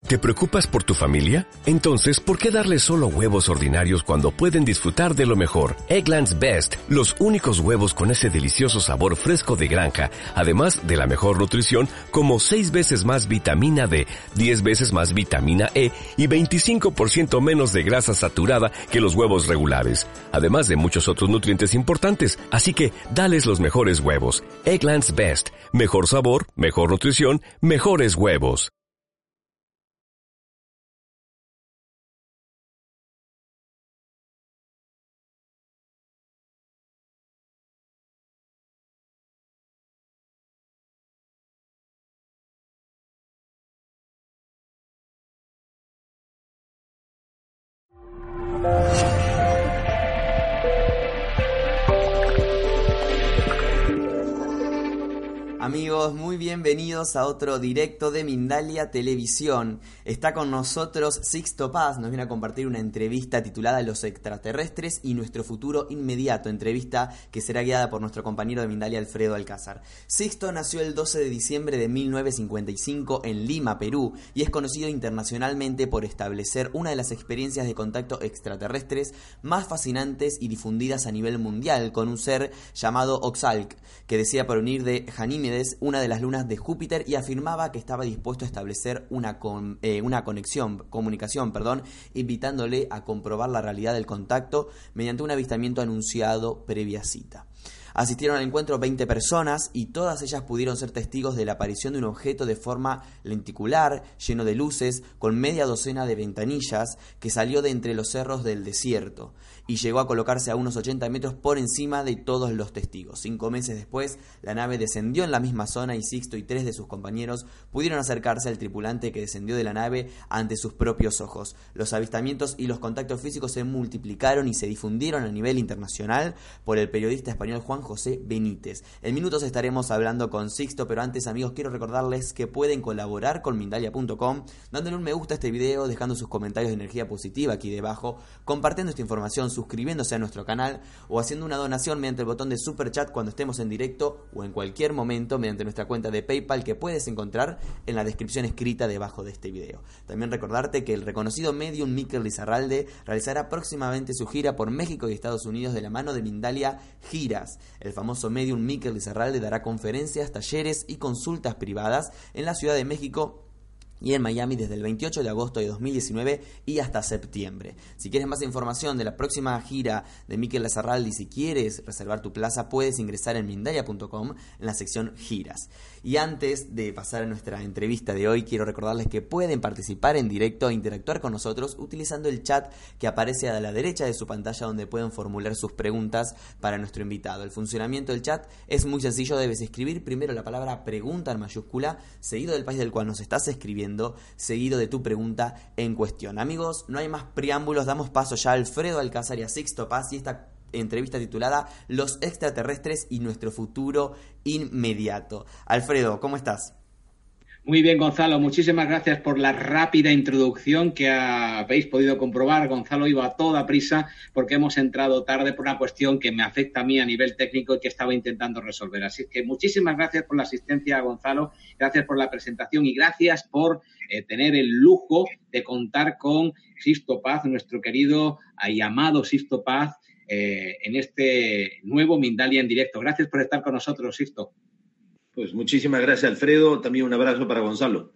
¿Te preocupas por tu familia? Entonces, ¿por qué darles solo huevos ordinarios cuando pueden disfrutar de lo mejor? Eggland's Best, los únicos huevos con ese delicioso sabor fresco de granja, además de la mejor nutrición, como 6 veces más vitamina D, 10 veces más vitamina E y 25% menos de grasa saturada que los huevos regulares, además de muchos otros nutrientes importantes. Así que, dales los mejores huevos. Eggland's Best, mejor sabor, mejor nutrición, mejores huevos. Amigos, muy bienvenidos a otro directo de Mindalia Televisión. Está con nosotros Sixto Paz, nos viene a compartir una entrevista titulada Los extraterrestres y nuestro futuro inmediato, entrevista que será guiada por nuestro compañero de Mindalia, Alfredo Alcázar. Sixto nació el 12 de diciembre de 1955 en Lima, Perú, y es conocido internacionalmente por establecer una de las experiencias de contacto extraterrestres más fascinantes y difundidas a nivel mundial, con un ser llamado Oxalc, que decía provenir de Ganímedes, una de las lunas de Júpiter, y afirmaba que estaba dispuesto a establecer una comunicación, invitándole a comprobar la realidad del contacto mediante un avistamiento anunciado previa cita. Asistieron al encuentro 20 personas y todas ellas pudieron ser testigos de la aparición de un objeto de forma lenticular, lleno de luces, con media docena de ventanillas, que salió de entre los cerros del desierto y llegó a colocarse a unos 80 metros por encima de todos los testigos. 5 meses después, la nave descendió en la misma zona y Sixto y 3 de sus compañeros pudieron acercarse al tripulante que descendió de la nave ante sus propios ojos. Los avistamientos y los contactos físicos se multiplicaron y se difundieron a nivel internacional por el periodista español Juan José Benítez. En minutos estaremos hablando con Sixto, pero antes, amigos, quiero recordarles que pueden colaborar con Mindalia.com dándole un me gusta a este video, dejando sus comentarios de energía positiva aquí debajo, compartiendo esta información, suscribiéndose a nuestro canal o haciendo una donación mediante el botón de Super Chat cuando estemos en directo o en cualquier momento mediante nuestra cuenta de PayPal, que puedes encontrar en la descripción escrita debajo de este video. También recordarte que el reconocido medium Mikel Lizarralde realizará próximamente su gira por México y Estados Unidos de la mano de Mindalia Giras. El famoso medium Mikel Lizarralde dará conferencias, talleres y consultas privadas en la Ciudad de México y en Miami desde el 28 de agosto de 2019 y hasta septiembre. Si quieres más información de la próxima gira de Mikel Lizarralde y si quieres reservar tu plaza, puedes ingresar en Mindalia.com en la sección giras. Y antes de pasar a nuestra entrevista de hoy, quiero recordarles que pueden participar en directo e interactuar con nosotros utilizando el chat que aparece a la derecha de su pantalla, donde pueden formular sus preguntas para nuestro invitado. El funcionamiento del chat es muy sencillo. Debes escribir primero la palabra pregunta en mayúscula, seguido del país del cual nos estás escribiendo, seguido de tu pregunta en cuestión. Amigos, no hay más preámbulos, damos paso ya a Alfredo Alcázar y a Sixto Paz y esta entrevista titulada Los extraterrestres y nuestro futuro inmediato. Alfredo, ¿cómo estás? Muy bien, Gonzalo, muchísimas gracias por la rápida introducción que habéis podido comprobar. Gonzalo iba a toda prisa porque hemos entrado tarde por una cuestión que me afecta a mí a nivel técnico y que estaba intentando resolver. Así que muchísimas gracias por la asistencia, Gonzalo, gracias por la presentación y gracias por tener el lujo de contar con Sixto Paz, nuestro querido y amado Sixto Paz, en este nuevo Mindalia en directo. Gracias por estar con nosotros, Sixto. Pues muchísimas gracias, Alfredo. También un abrazo para Gonzalo.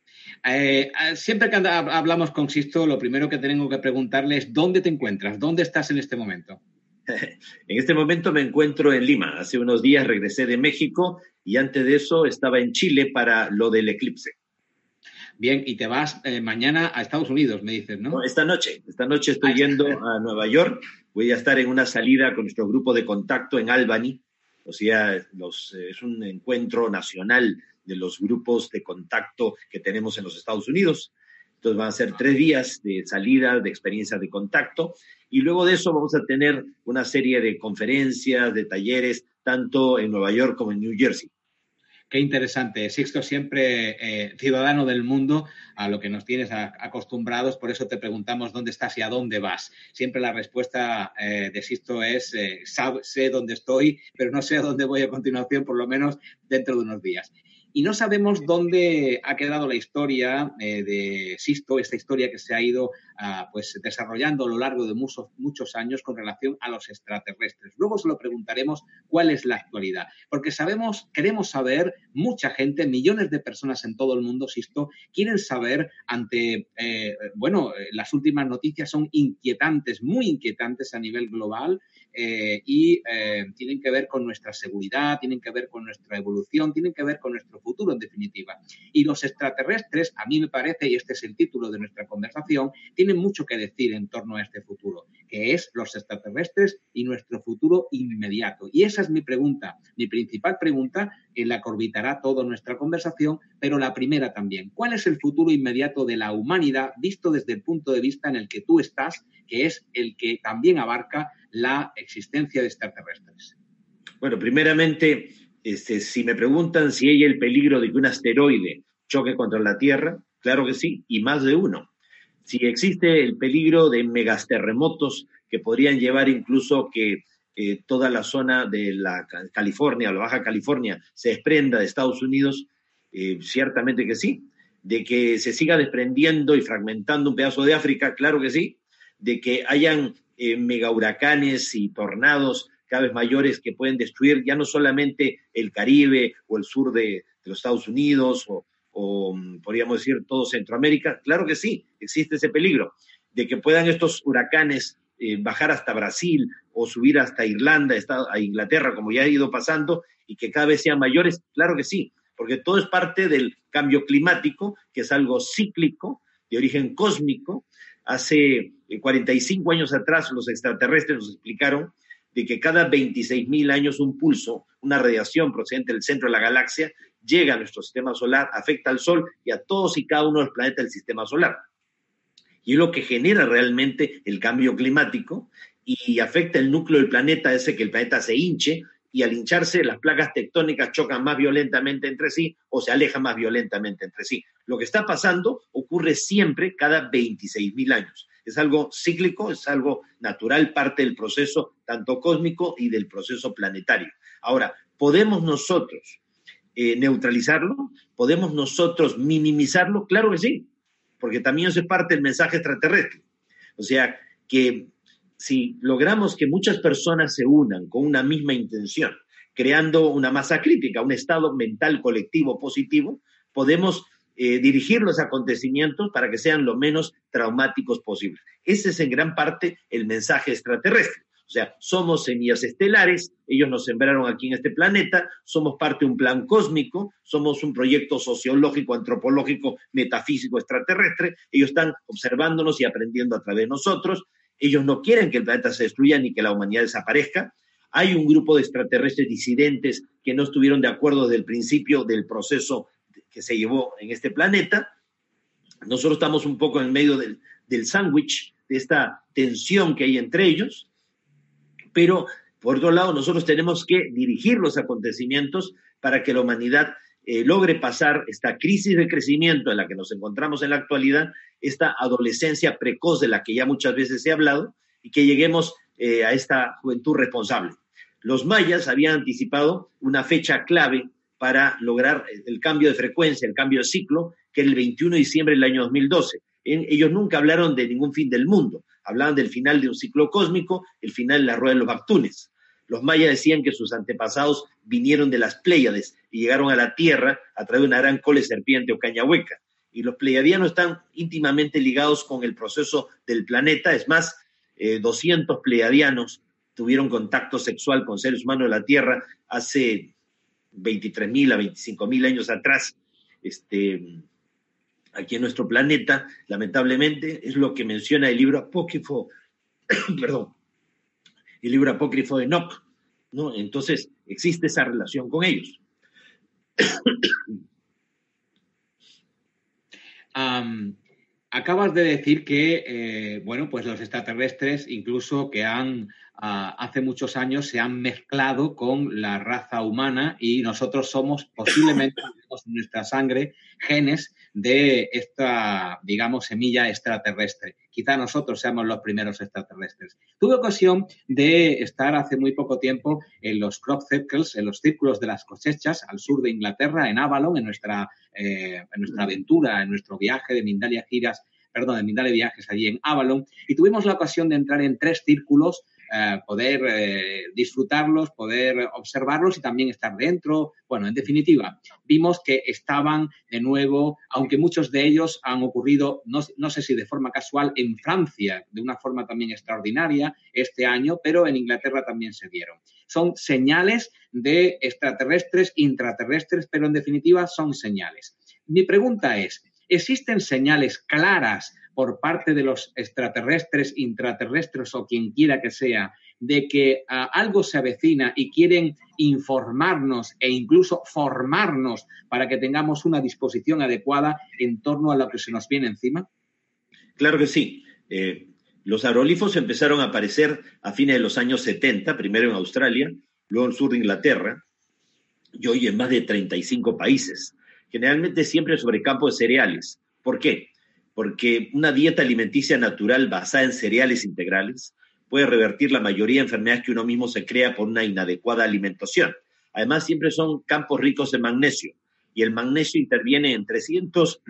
Siempre que hablamos con Sixto, lo primero que tengo que preguntarle es ¿dónde te encuentras? ¿Dónde estás en este momento? En este momento me encuentro en Lima. Hace unos días regresé de México y antes de eso estaba en Chile para lo del eclipse. Bien, y te vas mañana a Estados Unidos, me dices, ¿no? No, esta noche estoy yendo a Nueva York. Voy a estar en una salida con nuestro grupo de contacto en Albany. O sea, es un encuentro nacional de los grupos de contacto que tenemos en los Estados Unidos. Entonces van a ser 3 días de salida, de experiencias de contacto, y luego de eso vamos a tener una serie de conferencias, de talleres, tanto en Nueva York como en New Jersey. Qué interesante. Sixto siempre ciudadano del mundo, a lo que nos tienes acostumbrados, por eso te preguntamos dónde estás y a dónde vas. Siempre la respuesta de Sixto es sé dónde estoy, pero no sé a dónde voy a continuación, por lo menos dentro de unos días. y no sabemos dónde ha quedado la historia de Sisto, esta historia que se ha ido pues desarrollando a lo largo de muchos años con relación a los extraterrestres. Luego se lo preguntaremos cuál es la actualidad, porque queremos saber, mucha gente, millones de personas en todo el mundo, Sisto, quieren saber las últimas noticias son inquietantes, muy inquietantes a nivel global, y tienen que ver con nuestra seguridad, tienen que ver con nuestra evolución, tienen que ver con nuestro futuro, en definitiva. Y los extraterrestres, a mí me parece, y este es el título de nuestra conversación, tienen mucho que decir en torno a este futuro, que es los extraterrestres y nuestro futuro inmediato. Y esa es mi pregunta, mi principal pregunta, en la que orbitará toda nuestra conversación, pero la primera también. ¿Cuál es el futuro inmediato de la humanidad visto desde el punto de vista en el que tú estás, que es el que también abarca la existencia de extraterrestres? Bueno, primeramente, si me preguntan si hay el peligro de que un asteroide choque contra la Tierra, claro que sí, y más de uno. Si existe el peligro de megaterremotos que podrían llevar incluso que toda la zona de la California, la Baja California, se desprenda de Estados Unidos, ciertamente que sí. De que se siga desprendiendo y fragmentando un pedazo de África, claro que sí. De que hayan mega huracanes y tornados cada vez mayores que pueden destruir ya no solamente el Caribe o el sur de los Estados Unidos o podríamos decir todo Centroamérica, claro que sí, existe ese peligro. De que puedan estos huracanes bajar hasta Brasil o subir hasta Irlanda, a Inglaterra, como ya ha ido pasando, y que cada vez sean mayores, claro que sí, porque todo es parte del cambio climático, que es algo cíclico, de origen cósmico. Hace 45 años atrás los extraterrestres nos explicaron de que cada 26,000 años un pulso, una radiación procedente del centro de la galaxia, llega a nuestro sistema solar, afecta al Sol y a todos y cada uno de los planetas del sistema solar. Y es lo que genera realmente el cambio climático y afecta el núcleo del planeta, hace que el planeta se hinche, y al hincharse las placas tectónicas chocan más violentamente entre sí o se alejan más violentamente entre sí. Lo que está pasando ocurre siempre cada 26,000 años. Es algo cíclico, es algo natural, parte del proceso tanto cósmico y del proceso planetario. Ahora, ¿podemos nosotros neutralizarlo? ¿Podemos nosotros minimizarlo? Claro que sí, porque también eso es parte del mensaje extraterrestre. O sea, que si logramos que muchas personas se unan con una misma intención, creando una masa crítica, un estado mental colectivo positivo, podemos dirigir los acontecimientos para que sean lo menos traumáticos posibles. Ese es en gran parte el mensaje extraterrestre. O sea, somos semillas estelares, ellos nos sembraron aquí en este planeta, somos parte de un plan cósmico, somos un proyecto sociológico, antropológico, metafísico, extraterrestre, ellos están observándonos y aprendiendo a través de nosotros. Ellos no quieren que el planeta se destruya ni que la humanidad desaparezca. Hay un grupo de extraterrestres disidentes que no estuvieron de acuerdo desde el principio del proceso que se llevó en este planeta. Nosotros estamos un poco en medio del sándwich, de esta tensión que hay entre ellos, pero por otro lado nosotros tenemos que dirigir los acontecimientos para que la humanidad logre pasar esta crisis de crecimiento en la que nos encontramos en la actualidad, esta adolescencia precoz de la que ya muchas veces he hablado, y que lleguemos a esta juventud responsable. Los mayas habían anticipado una fecha clave para lograr el cambio de frecuencia, el cambio de ciclo, que era el 21 de diciembre del año 2012. Ellos nunca hablaron de ningún fin del mundo, hablaban del final de un ciclo cósmico, el final de la rueda de los Bactunes. Los mayas decían que sus antepasados vinieron de las Pléyades y llegaron a la Tierra a través de una gran cole serpiente o caña hueca. Y los pleiadianos están íntimamente ligados con el proceso del planeta. Es más, 200 pleiadianos tuvieron contacto sexual con seres humanos de la Tierra hace 23,000 a 25,000 años atrás, aquí en nuestro planeta. Lamentablemente, es lo que menciona el libro apócrifo, perdón, el libro apócrifo de Enoch, ¿no? Entonces, existe esa relación con ellos. Acabas de decir que, pues los extraterrestres incluso que han hace muchos años se han mezclado con la raza humana y nosotros somos posiblemente en nuestra sangre genes de esta, digamos, semilla extraterrestre. Quizá nosotros seamos los primeros extraterrestres. Tuve ocasión de estar hace muy poco tiempo en los crop circles, en los círculos de las cosechas, al sur de Inglaterra, en Avalon, en nuestra aventura, en nuestro viaje de Mindalia Viajes allí en Avalon, y tuvimos la ocasión de entrar en 3 círculos, poder disfrutarlos, poder observarlos y también estar dentro. Bueno, en definitiva, vimos que estaban de nuevo, aunque muchos de ellos han ocurrido, no sé si de forma casual, en Francia, de una forma también extraordinaria este año, pero en Inglaterra también se dieron. Son señales de extraterrestres, intraterrestres, pero en definitiva son señales. Mi pregunta es, ¿existen señales claras por parte de los extraterrestres, intraterrestres o quien quiera que sea, de que algo se avecina y quieren informarnos e incluso formarnos para que tengamos una disposición adecuada en torno a lo que se nos viene encima? Claro que sí. Los aerolifos empezaron a aparecer a fines de los años 70, primero en Australia, luego en el sur de Inglaterra, y hoy en más de 35 países, generalmente siempre sobre campos de cereales. ¿Por qué? Porque una dieta alimenticia natural basada en cereales integrales puede revertir la mayoría de enfermedades que uno mismo se crea por una inadecuada alimentación. Además, siempre son campos ricos en magnesio, y el magnesio interviene en 300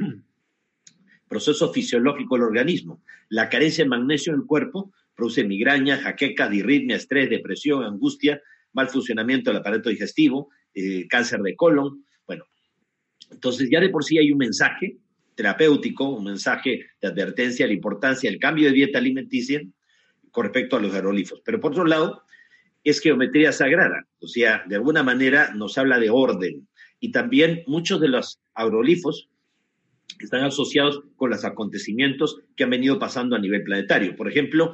procesos fisiológicos del organismo. La carencia de magnesio en el cuerpo produce migraña, jaquecas, disritmia, estrés, depresión, angustia, mal funcionamiento del aparato digestivo, cáncer de colon. Bueno, entonces ya de por sí hay un mensaje terapéutico, un mensaje de advertencia de la importancia del cambio de dieta alimenticia con respecto a los aerolifos. Pero por otro lado, es geometría sagrada, o sea, de alguna manera nos habla de orden. Y también muchos de los aerolifos están asociados con los acontecimientos que han venido pasando a nivel planetario. Por ejemplo,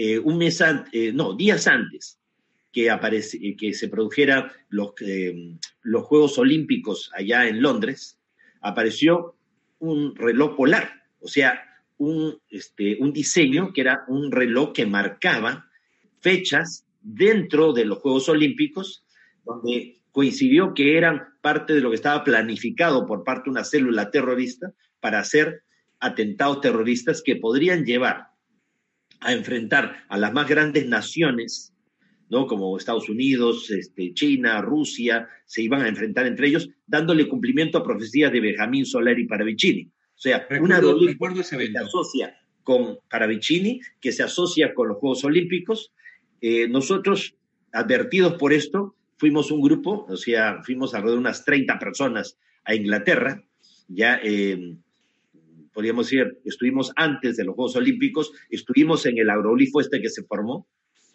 días antes que se produjeran los Juegos Olímpicos allá en Londres, apareció un reloj polar, o sea, un diseño que era un reloj que marcaba fechas dentro de los Juegos Olímpicos, donde coincidió que eran parte de lo que estaba planificado por parte de una célula terrorista para hacer atentados terroristas que podrían llevar a enfrentar a las más grandes naciones, ¿no? Como Estados Unidos, China, Rusia, se iban a enfrentar entre ellos, dándole cumplimiento a profecías de Benjamín Solari y Paravicini. O sea, recuerdo ese evento. Que se asocia con Paravicini, que se asocia con los Juegos Olímpicos. Nosotros, advertidos por esto, fuimos un grupo, o sea, fuimos alrededor de unas 30 personas a Inglaterra, ya podríamos decir, estuvimos antes de los Juegos Olímpicos, estuvimos en el aerolifo que se formó,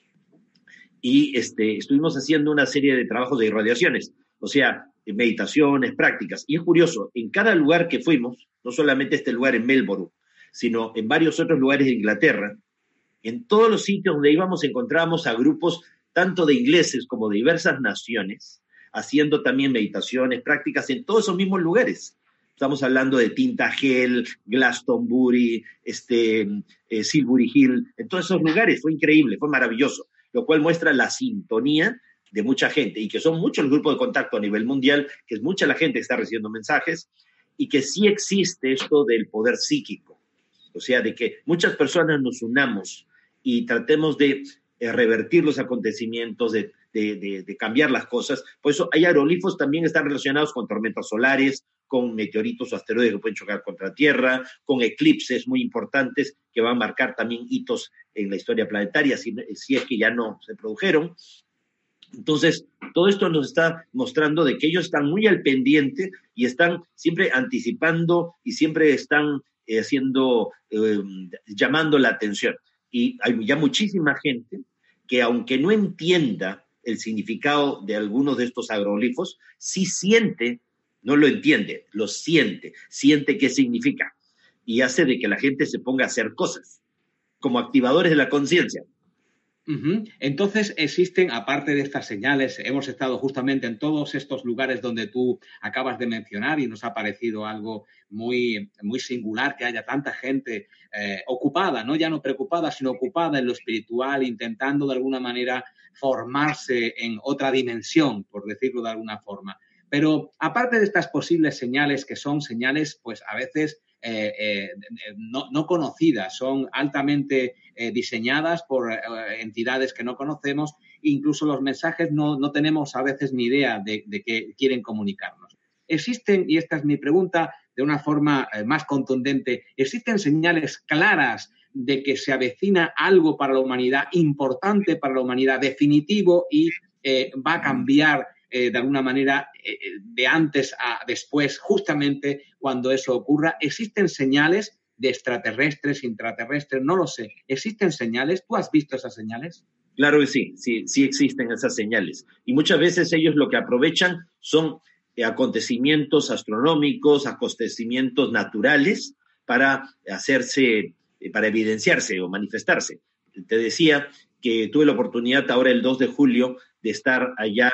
y estuvimos haciendo una serie de trabajos de irradiaciones, o sea, meditaciones, prácticas. Y es curioso, en cada lugar que fuimos, no solamente este lugar en Melbourne, sino en varios otros lugares de Inglaterra, en todos los sitios donde íbamos encontrábamos a grupos tanto de ingleses como de diversas naciones, haciendo también meditaciones, prácticas en todos esos mismos lugares. Estamos hablando de Tinta Gel, Glastonbury, Silbury Hill, en todos esos lugares. Fue increíble, fue maravilloso, lo cual muestra la sintonía de mucha gente y que son muchos los grupos de contacto a nivel mundial, que es mucha la gente que está recibiendo mensajes y que sí existe esto del poder psíquico. O sea, de que muchas personas nos unamos y tratemos de revertir los acontecimientos, de cambiar las cosas. Por eso hay aerolifos también están relacionados con tormentas solares, con meteoritos o asteroides que pueden chocar contra Tierra, con eclipses muy importantes que van a marcar también hitos en la historia planetaria, si es que ya no se produjeron. Entonces, todo esto nos está mostrando de que ellos están muy al pendiente y están siempre anticipando y siempre están llamando la atención. Y hay ya muchísima gente que, aunque no entienda el significado de algunos de estos aerolifos, sí siente, no lo entiende, lo siente qué significa y hace de que la gente se ponga a hacer cosas como activadores de la conciencia. Entonces existen, aparte de estas señales, hemos estado justamente en todos estos lugares donde tú acabas de mencionar y nos ha parecido algo muy, muy singular que haya tanta gente ocupada, ¿no? Ya no preocupada, sino ocupada en lo espiritual, intentando de alguna manera formarse en otra dimensión, por decirlo de alguna forma. Pero aparte de estas posibles señales, que son señales, pues a veces no conocidas, son altamente diseñadas por entidades que no conocemos, incluso los mensajes no tenemos a veces ni idea de qué quieren comunicarnos. Existen, y esta es mi pregunta de una forma más contundente, ¿existen señales claras de que se avecina algo para la humanidad, importante para la humanidad, definitivo y va a cambiar de alguna manera de antes a después, justamente cuando eso ocurra? ¿Existen señales de extraterrestres, intraterrestres? No lo sé. ¿Existen señales? ¿Tú has visto esas señales? Claro que sí existen esas señales. Y muchas veces ellos lo que aprovechan son acontecimientos astronómicos, acontecimientos naturales para para evidenciarse o manifestarse. Te decía que tuve la oportunidad ahora el 2 de julio de estar allá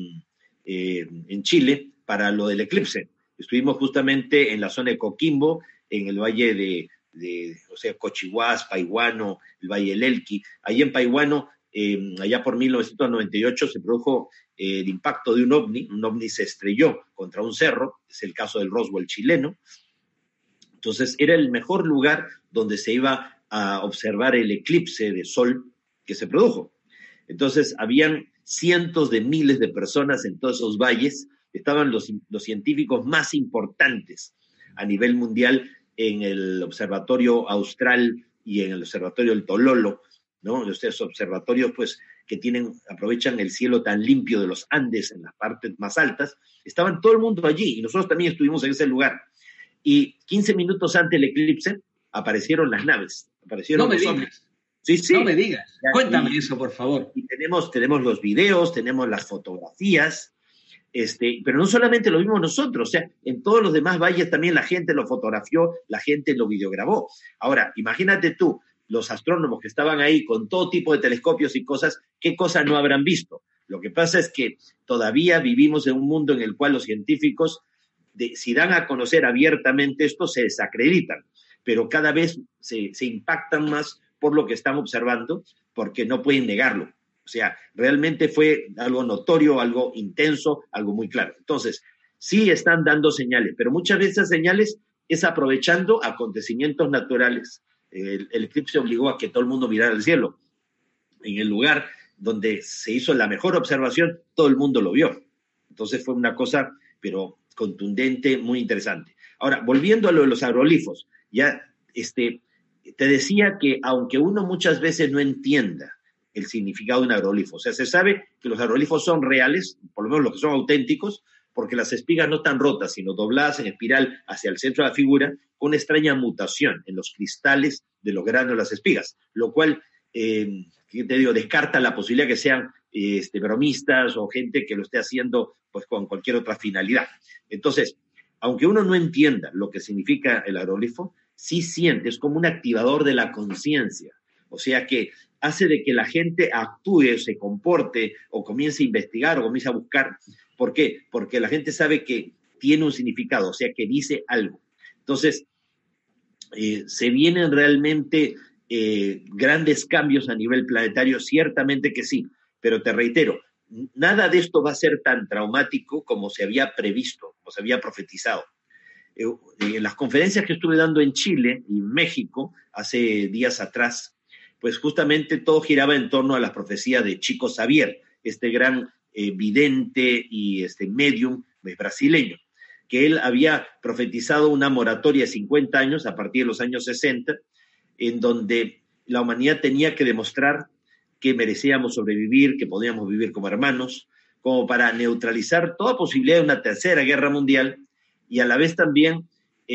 en Chile para lo del eclipse. Estuvimos justamente en la zona de Coquimbo, en el valle de Cochihuás, Paihuano, el valle del Elqui. Allí en Paihuano, allá por 1998, se produjo el impacto de un ovni se estrelló contra un cerro, es el caso del Roswell chileno. Entonces era el mejor lugar donde se iba a observar el eclipse de sol que se produjo. Entonces habían cientos de miles de personas en todos esos valles, estaban los científicos más importantes a nivel mundial en el Observatorio Austral y en el Observatorio del Tololo, ¿no? Esos observatorios pues que aprovechan el cielo tan limpio de los Andes en las partes más altas, estaban todo el mundo allí y nosotros también estuvimos en ese lugar. Y 15 minutos antes del eclipse aparecieron las naves, aparecieron los ovnis. Sí. No me digas. Cuéntame eso, por favor. Y tenemos los videos, tenemos las fotografías, pero no solamente lo vimos nosotros, o sea, en todos los demás valles también la gente lo fotografió, la gente lo videograbó. Ahora, imagínate tú, los astrónomos que estaban ahí con todo tipo de telescopios y cosas, ¿qué cosas no habrán visto? Lo que pasa es que todavía vivimos en un mundo en el cual los científicos, si dan a conocer abiertamente esto, se desacreditan, pero cada vez se impactan más por lo que están observando, porque no pueden negarlo. O sea, realmente fue algo notorio, algo intenso, algo muy claro. Entonces, sí están dando señales, pero muchas veces esas señales es aprovechando acontecimientos naturales. El eclipse obligó a que todo el mundo mirara al cielo. En el lugar donde se hizo la mejor observación, todo el mundo lo vio. Entonces fue una cosa, pero contundente, muy interesante. Ahora, volviendo a lo de los agroglifos, ya te decía que aunque uno muchas veces no entienda el significado de un agroglifo, o sea, se sabe que los agroglifos son reales, por lo menos los que son auténticos, porque las espigas no están rotas, sino dobladas en espiral hacia el centro de la figura, con una extraña mutación en los cristales de los granos de las espigas, lo cual, descarta la posibilidad que sean bromistas o gente que lo esté haciendo pues con cualquier otra finalidad. Entonces, aunque uno no entienda lo que significa el agroglifo, sí siente, es como un activador de la conciencia, o sea que hace de que la gente actúe, se comporte o comience a investigar o comience a buscar. ¿Por qué? Porque la gente sabe que tiene un significado, o sea que dice algo. Entonces, se vienen realmente grandes cambios a nivel planetario, ciertamente que sí, pero te reitero, nada de esto va a ser tan traumático como se había previsto, como se había profetizado. En las conferencias que estuve dando en Chile y México hace días atrás, pues justamente todo giraba en torno a las profecías de Chico Xavier, este gran vidente y medium brasileño, que él había profetizado una moratoria de 50 años a partir de los años 60, en donde la humanidad tenía que demostrar que merecíamos sobrevivir, que podíamos vivir como hermanos, como para neutralizar toda posibilidad de una tercera guerra mundial y a la vez también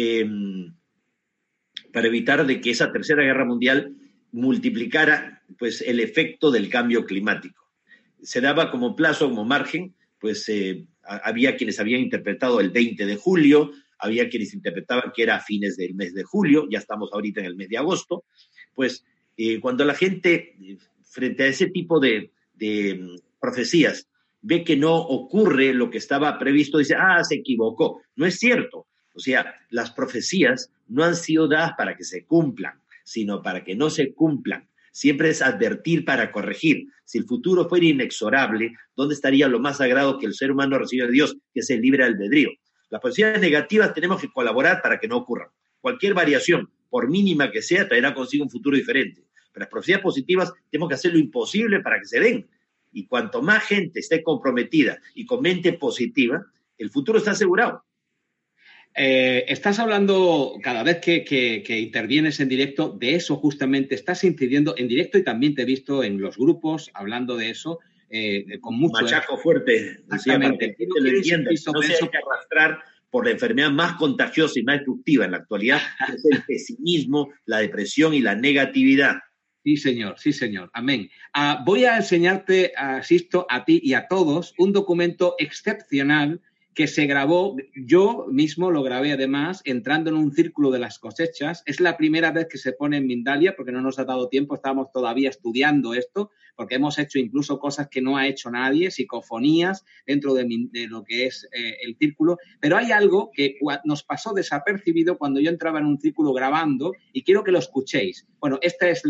para evitar de que esa tercera guerra mundial multiplicara pues el efecto del cambio climático. Se daba como plazo, como margen, pues había quienes habían interpretado el 20 de julio, había quienes interpretaban que era a fines del mes de julio, ya estamos ahorita en el mes de agosto, pues cuando la gente frente a ese tipo de profecías, ve que no ocurre lo que estaba previsto, dice, se equivocó. No es cierto. O sea, las profecías no han sido dadas para que se cumplan, sino para que no se cumplan. Siempre es advertir para corregir. Si el futuro fuera inexorable, ¿dónde estaría lo más sagrado que el ser humano recibe de Dios, que es el libre albedrío? Las profecías negativas tenemos que colaborar para que no ocurran. Cualquier variación, por mínima que sea, traerá consigo un futuro diferente. Pero las profecías positivas tenemos que hacer lo imposible para que se den. Y cuanto más gente esté comprometida y con mente positiva, el futuro está asegurado. Estás hablando cada vez que intervienes en directo de eso justamente, estás incidiendo en directo y también te he visto en los grupos hablando de eso con mucho... Machaco fuerte, decía, para que te lo entienda. No se hay que arrastrar por la enfermedad más contagiosa y más destructiva en la actualidad, que es el pesimismo, la depresión y la negatividad. Sí, señor. Amén. Voy a enseñarte, Sisto, a ti y a todos, un documento excepcional que se grabó, yo mismo lo grabé además, entrando en un círculo de las cosechas. Es la primera vez que se pone en Mindalia, porque no nos ha dado tiempo, estábamos todavía estudiando esto, porque hemos hecho incluso cosas que no ha hecho nadie, psicofonías dentro de lo que es el círculo, pero hay algo que nos pasó desapercibido cuando yo entraba en un círculo grabando, y quiero que lo escuchéis. Bueno, esta es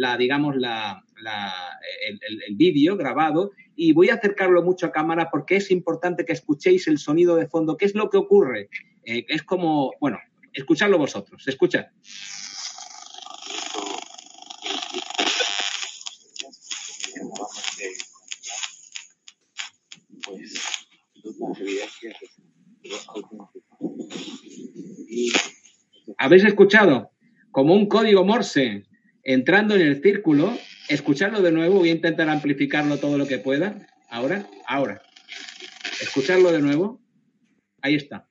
el vídeo grabado, y voy a acercarlo mucho a cámara porque es importante que escuchéis el sonido de fondo. ¿Qué es lo que ocurre? Es como, bueno, escuchadlo vosotros, escuchad. ¿Habéis escuchado? Como un código Morse entrando en el círculo. Escucharlo de nuevo, voy a intentar amplificarlo todo lo que pueda. Ahora. Escucharlo de nuevo. Ahí está.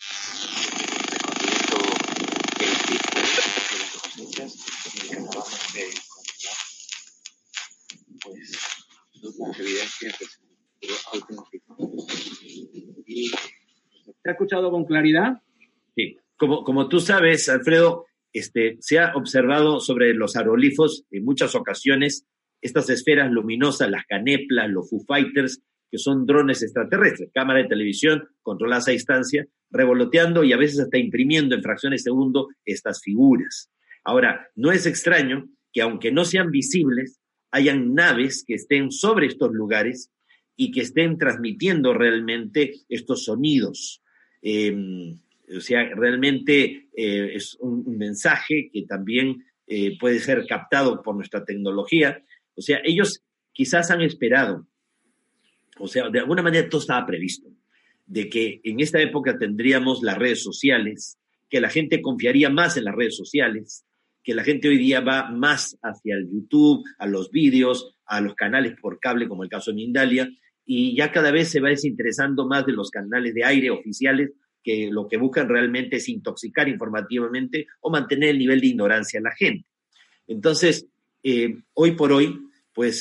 ¿Se ha escuchado con claridad? Sí. Como tú sabes, Alfredo, se ha observado sobre los aerolifos en muchas ocasiones estas esferas luminosas, las caneplas, los Foo Fighters, que son drones extraterrestres, cámara de televisión controladas a distancia, revoloteando y a veces hasta imprimiendo en fracciones de segundo estas figuras. Ahora, no es extraño que aunque no sean visibles, hayan naves que estén sobre estos lugares y que estén transmitiendo realmente estos sonidos. O sea, realmente es un mensaje que también puede ser captado por nuestra tecnología. O sea, ellos quizás han esperado, o sea, de alguna manera todo estaba previsto, de que en esta época tendríamos las redes sociales, que la gente confiaría más en las redes sociales, que la gente hoy día va más hacia el YouTube, a los vídeos, a los canales por cable, como el caso de Mindalia, y ya cada vez se va desinteresando más de los canales de aire oficiales, que lo que buscan realmente es intoxicar informativamente o mantener el nivel de ignorancia a la gente. Entonces, hoy por hoy, pues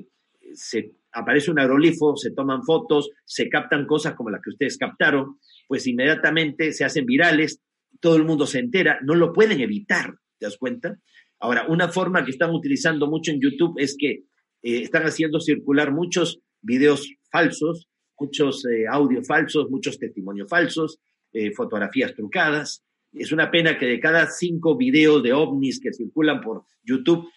se aparece un aerolifo, se toman fotos, se captan cosas como las que ustedes captaron, pues inmediatamente se hacen virales, todo el mundo se entera, no lo pueden evitar, ¿te das cuenta? Ahora, una forma que están utilizando mucho en YouTube es que están haciendo circular muchos videos falsos, muchos audios falsos, muchos testimonios falsos, fotografías trucadas. Es una pena que de cada 5 videos de ovnis que circulan por YouTube,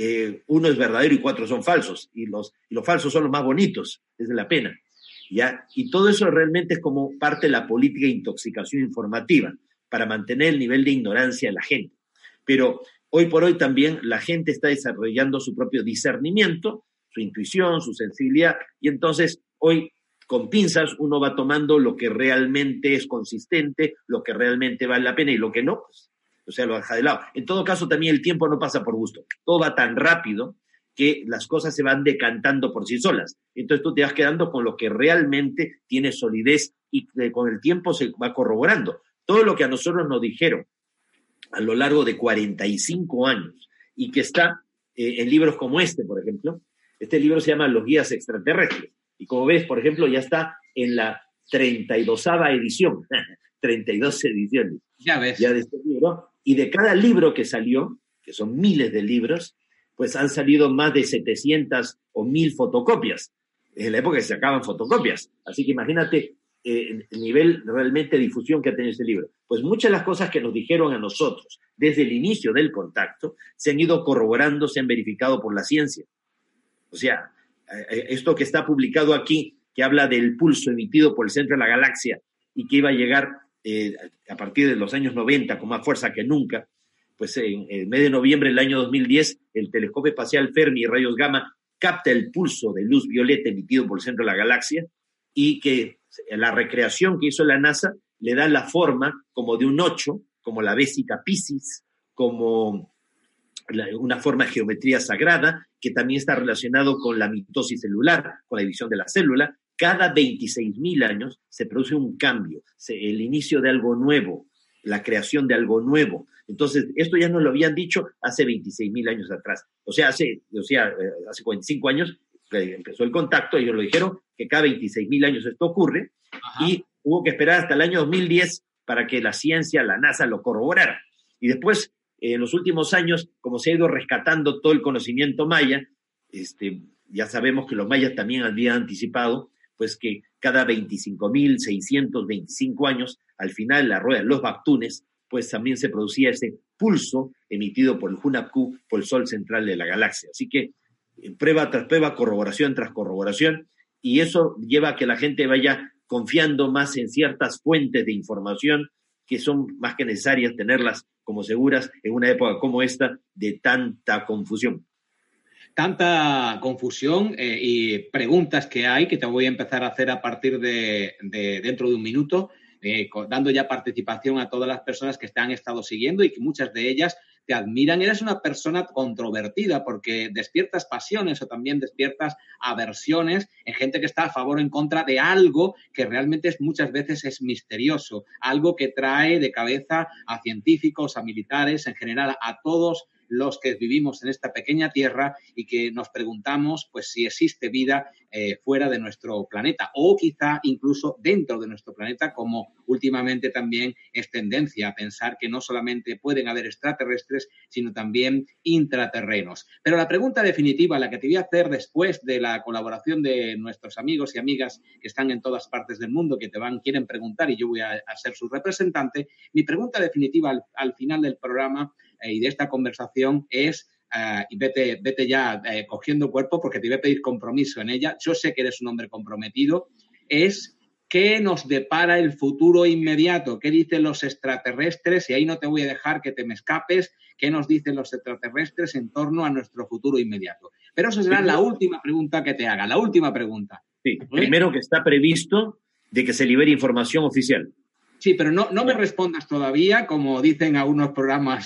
1 es verdadero y 4 son falsos, y los falsos son los más bonitos, es de la pena, ¿ya? Y todo eso realmente es como parte de la política de intoxicación informativa, para mantener el nivel de ignorancia de la gente. Pero hoy por hoy también la gente está desarrollando su propio discernimiento, su intuición, su sensibilidad, y entonces hoy con pinzas uno va tomando lo que realmente es consistente, lo que realmente vale la pena y lo que no, pues, o sea, lo deja de lado. En todo caso, también el tiempo no pasa por gusto. Todo va tan rápido que las cosas se van decantando por sí solas. Entonces tú te vas quedando con lo que realmente tiene solidez y con el tiempo se va corroborando. Todo lo que a nosotros nos dijeron a lo largo de 45 años y que está en libros como este, por ejemplo. Este libro se llama Los Guías Extraterrestres. Y como ves, por ejemplo, ya está en la 32ª edición. 32 ediciones. Ya ves. Ya de este libro. Y de cada libro que salió, que son miles de libros, pues han salido más de 700 o 1000 fotocopias. En la época que se sacaban fotocopias. Así que imagínate el nivel realmente de difusión que ha tenido este libro. Pues muchas de las cosas que nos dijeron a nosotros desde el inicio del contacto se han ido corroborando, se han verificado por la ciencia. O sea, esto que está publicado aquí, que habla del pulso emitido por el centro de la galaxia y que iba a llegar a partir de los años 90 con más fuerza que nunca, pues en el mes de noviembre del año 2010, el telescopio espacial Fermi y rayos gamma capta el pulso de luz violeta emitido por el centro de la galaxia y que la recreación que hizo la NASA le da la forma como de un 8, como la Vésica Piscis, como una forma de geometría sagrada que también está relacionado con la mitosis celular, con la división de la célula. Cada 26.000 años se produce un cambio, el inicio de algo nuevo, la creación de algo nuevo. Entonces, esto ya nos lo habían dicho hace 26.000 años atrás. O sea, hace 45 años que empezó el contacto, ellos lo dijeron, que cada 26.000 años esto ocurre. Ajá. Y hubo que esperar hasta el año 2010 para que la ciencia, la NASA, lo corroborara. Y después, en los últimos años, como se ha ido rescatando todo el conocimiento maya, ya sabemos que los mayas también habían anticipado pues que cada 25.625 años, al final la rueda de los Bactunes, pues también se producía ese pulso emitido por el Hunapku, por el Sol central de la galaxia. Así que prueba tras prueba, corroboración tras corroboración, y eso lleva a que la gente vaya confiando más en ciertas fuentes de información que son más que necesarias tenerlas como seguras en una época como esta de tanta confusión. Tanta confusión y preguntas que hay que te voy a empezar a hacer a partir de dentro de un minuto, dando ya participación a todas las personas que te han estado siguiendo y que muchas de ellas te admiran. Eres una persona controvertida porque despiertas pasiones o también despiertas aversiones en gente que está a favor o en contra de algo que realmente muchas veces es misterioso, algo que trae de cabeza a científicos, a militares, en general a todos los que vivimos en esta pequeña tierra y que nos preguntamos pues si existe vida fuera de nuestro planeta o quizá incluso dentro de nuestro planeta, como últimamente también es tendencia a pensar que no solamente pueden haber extraterrestres, sino también intraterrenos. Pero la pregunta definitiva, la que te voy a hacer después de la colaboración de nuestros amigos y amigas que están en todas partes del mundo, que quieren preguntar y yo voy a ser su representante, mi pregunta definitiva al final del programa y de esta conversación es, y vete ya cogiendo cuerpo porque te voy a pedir compromiso en ella, yo sé que eres un hombre comprometido, es ¿qué nos depara el futuro inmediato? ¿Qué dicen los extraterrestres? Y ahí no te voy a dejar que te me escapes, ¿qué nos dicen los extraterrestres en torno a nuestro futuro inmediato? Pero eso será la última pregunta que te haga, la última pregunta. Sí, primero que está previsto de que se libere información oficial. Sí, pero no me respondas todavía, como dicen algunos programas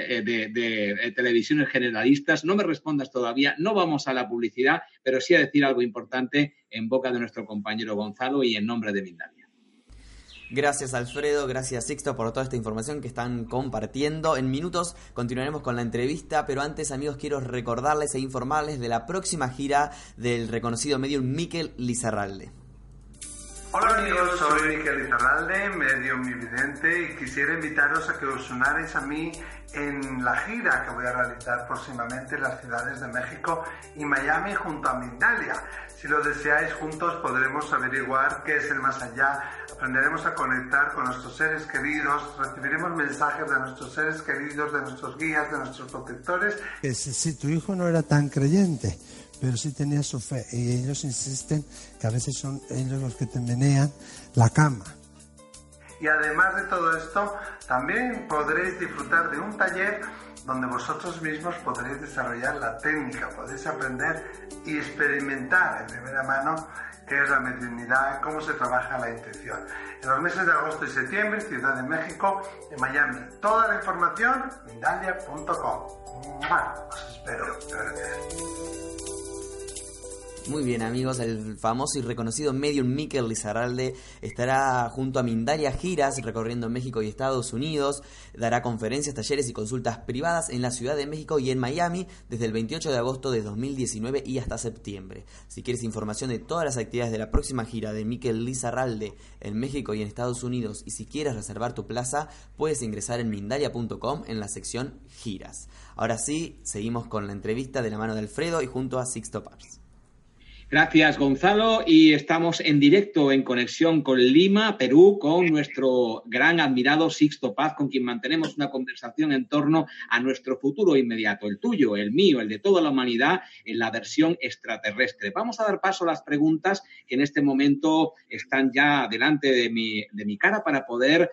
de televisiones generalistas, no me respondas todavía, no vamos a la publicidad, pero sí a decir algo importante en boca de nuestro compañero Gonzalo y en nombre de Mindalia. Gracias Alfredo, gracias Sixto por toda esta información que están compartiendo. En minutos continuaremos con la entrevista, pero antes amigos quiero recordarles e informarles de la próxima gira del reconocido medium Miquel Lizarralde. Hola amigos, soy Miquel Lizarralde, medium vidente, y quisiera invitaros a que os unáis a mí en la gira que voy a realizar próximamente en las ciudades de México y Miami junto a Mindalia. Si lo deseáis, juntos podremos averiguar qué es el más allá, aprenderemos a conectar con nuestros seres queridos, recibiremos mensajes de nuestros seres queridos, de nuestros guías, de nuestros protectores. Si tu hijo no era tan creyente, pero sí tenía su fe, y ellos insisten que a veces son ellos los que te menean la cama. Y además de todo esto, también podréis disfrutar de un taller donde vosotros mismos podréis desarrollar la técnica, podéis aprender y experimentar en primera mano qué es la mediunidad, cómo se trabaja la intuición. En los meses de agosto y septiembre, Ciudad de México y Miami. Toda la información, mindalia.com. Os espero. Gracias. Muy bien, amigos, el famoso y reconocido medium Mikel Lizarralde estará junto a Mindalia Giras recorriendo México y Estados Unidos. Dará conferencias, talleres y consultas privadas en la Ciudad de México y en Miami desde el 28 de agosto de 2019 y hasta septiembre. Si quieres información de todas las actividades de la próxima gira de Mikel Lizarralde en México y en Estados Unidos, y si quieres reservar tu plaza, puedes ingresar en mindalia.com en la sección Giras. Ahora sí, seguimos con la entrevista de la mano de Alfredo y junto a Sixto Paz. Gracias, Gonzalo, y estamos en directo en conexión con Lima, Perú, con nuestro gran admirado Sixto Paz, con quien mantenemos una conversación en torno a nuestro futuro inmediato, el tuyo, el mío, el de toda la humanidad, en la versión extraterrestre. Vamos a dar paso a las preguntas que en este momento están ya delante de mi cara para poder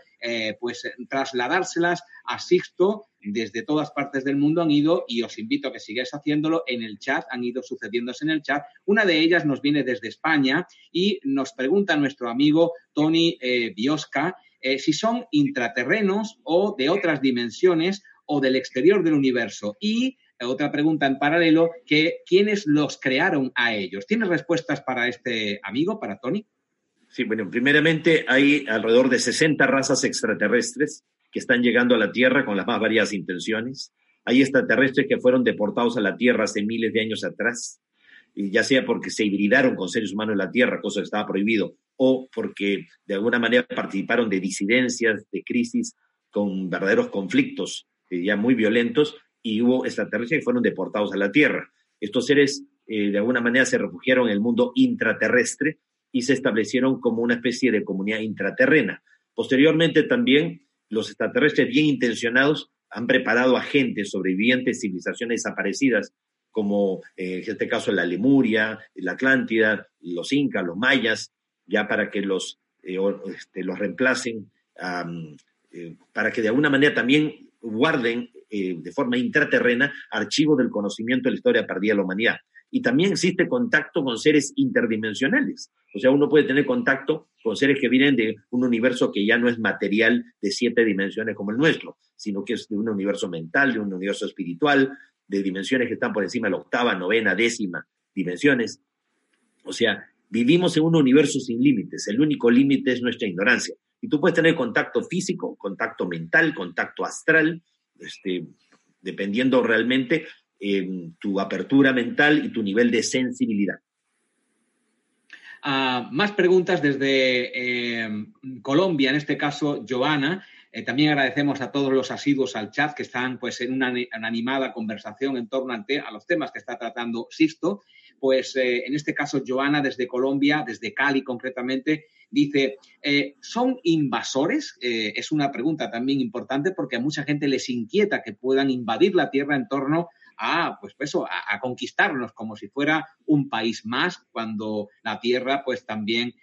trasladárselas a Sixto. Desde todas partes del mundo han ido, y os invito a que sigáis haciéndolo en el chat, han ido sucediéndose en el chat. Una de ellas nos viene desde España y nos pregunta nuestro amigo Tony Biosca si son intraterrenos o de otras dimensiones o del exterior del universo. Y otra pregunta en paralelo, que ¿quiénes los crearon a ellos? ¿Tienes respuestas para este amigo, para Tony? Sí, bueno, primeramente hay alrededor de 60 razas extraterrestres que están llegando a la Tierra con las más variadas intenciones. Hay extraterrestres que fueron deportados a la Tierra hace miles de años atrás, ya sea porque se hibridaron con seres humanos en la Tierra, cosa que estaba prohibido, o porque de alguna manera participaron de disidencias, de crisis, con verdaderos conflictos ya muy violentos, y hubo extraterrestres que fueron deportados a la Tierra. Estos seres de alguna manera se refugiaron en el mundo intraterrestre y se establecieron como una especie de comunidad intraterrena. Posteriormente también los extraterrestres bien intencionados han preparado a gente sobrevivientes de civilizaciones desaparecidas, como en este caso la Lemuria, la Atlántida, los Incas, los Mayas, ya para que los reemplacen, para que de alguna manera también guarden de forma intraterrena archivo del conocimiento de la historia perdida de la humanidad. Y también existe contacto con seres interdimensionales. O sea, uno puede tener contacto con seres que vienen de un universo que ya no es material de 7 dimensiones como el nuestro, sino que es de un universo mental, de un universo espiritual, de dimensiones que están por encima de la 8ª, 9ª, 10ª dimensiones. O sea, vivimos en un universo sin límites. El único límite es nuestra ignorancia. Y tú puedes tener contacto físico, contacto mental, contacto astral, dependiendo realmente tu apertura mental y tu nivel de sensibilidad. Más preguntas desde Colombia, en este caso, Joana. También agradecemos a todos los asiduos al chat que están en una animada conversación en torno a los temas que está tratando Sixto. En este caso, Joana, desde Colombia, desde Cali concretamente, dice, ¿son invasores? Es una pregunta también importante porque a mucha gente les inquieta que puedan invadir la Tierra en torno a conquistarnos como si fuera un país más, cuando la Tierra también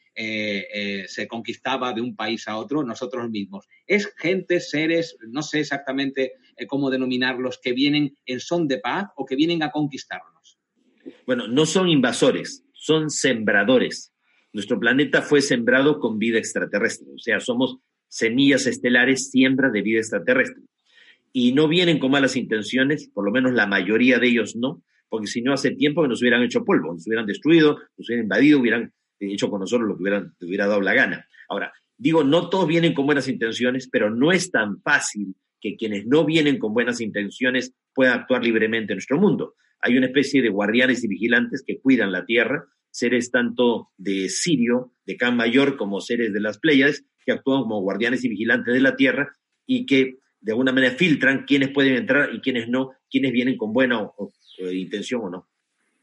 se conquistaba de un país a otro nosotros mismos. Es gente, seres, no sé exactamente cómo denominarlos, que vienen en son de paz o que vienen a conquistarnos. Bueno, no son invasores, son sembradores. Nuestro planeta fue sembrado con vida extraterrestre, o sea, somos semillas estelares, siembra de vida extraterrestre. Y no vienen con malas intenciones, por lo menos la mayoría de ellos no, porque si no hace tiempo que nos hubieran hecho polvo, nos hubieran destruido, nos hubieran invadido, hubieran hecho con nosotros lo que les hubiera dado la gana. Ahora, digo, no todos vienen con buenas intenciones, pero no es tan fácil que quienes no vienen con buenas intenciones puedan actuar libremente en nuestro mundo. Hay una especie de guardianes y vigilantes que cuidan la Tierra, seres tanto de Sirio, de Can Mayor, como seres de las Pléyades, que actúan como guardianes y vigilantes de la Tierra y que de alguna manera filtran quiénes pueden entrar y quiénes no, quiénes vienen con buena intención o no.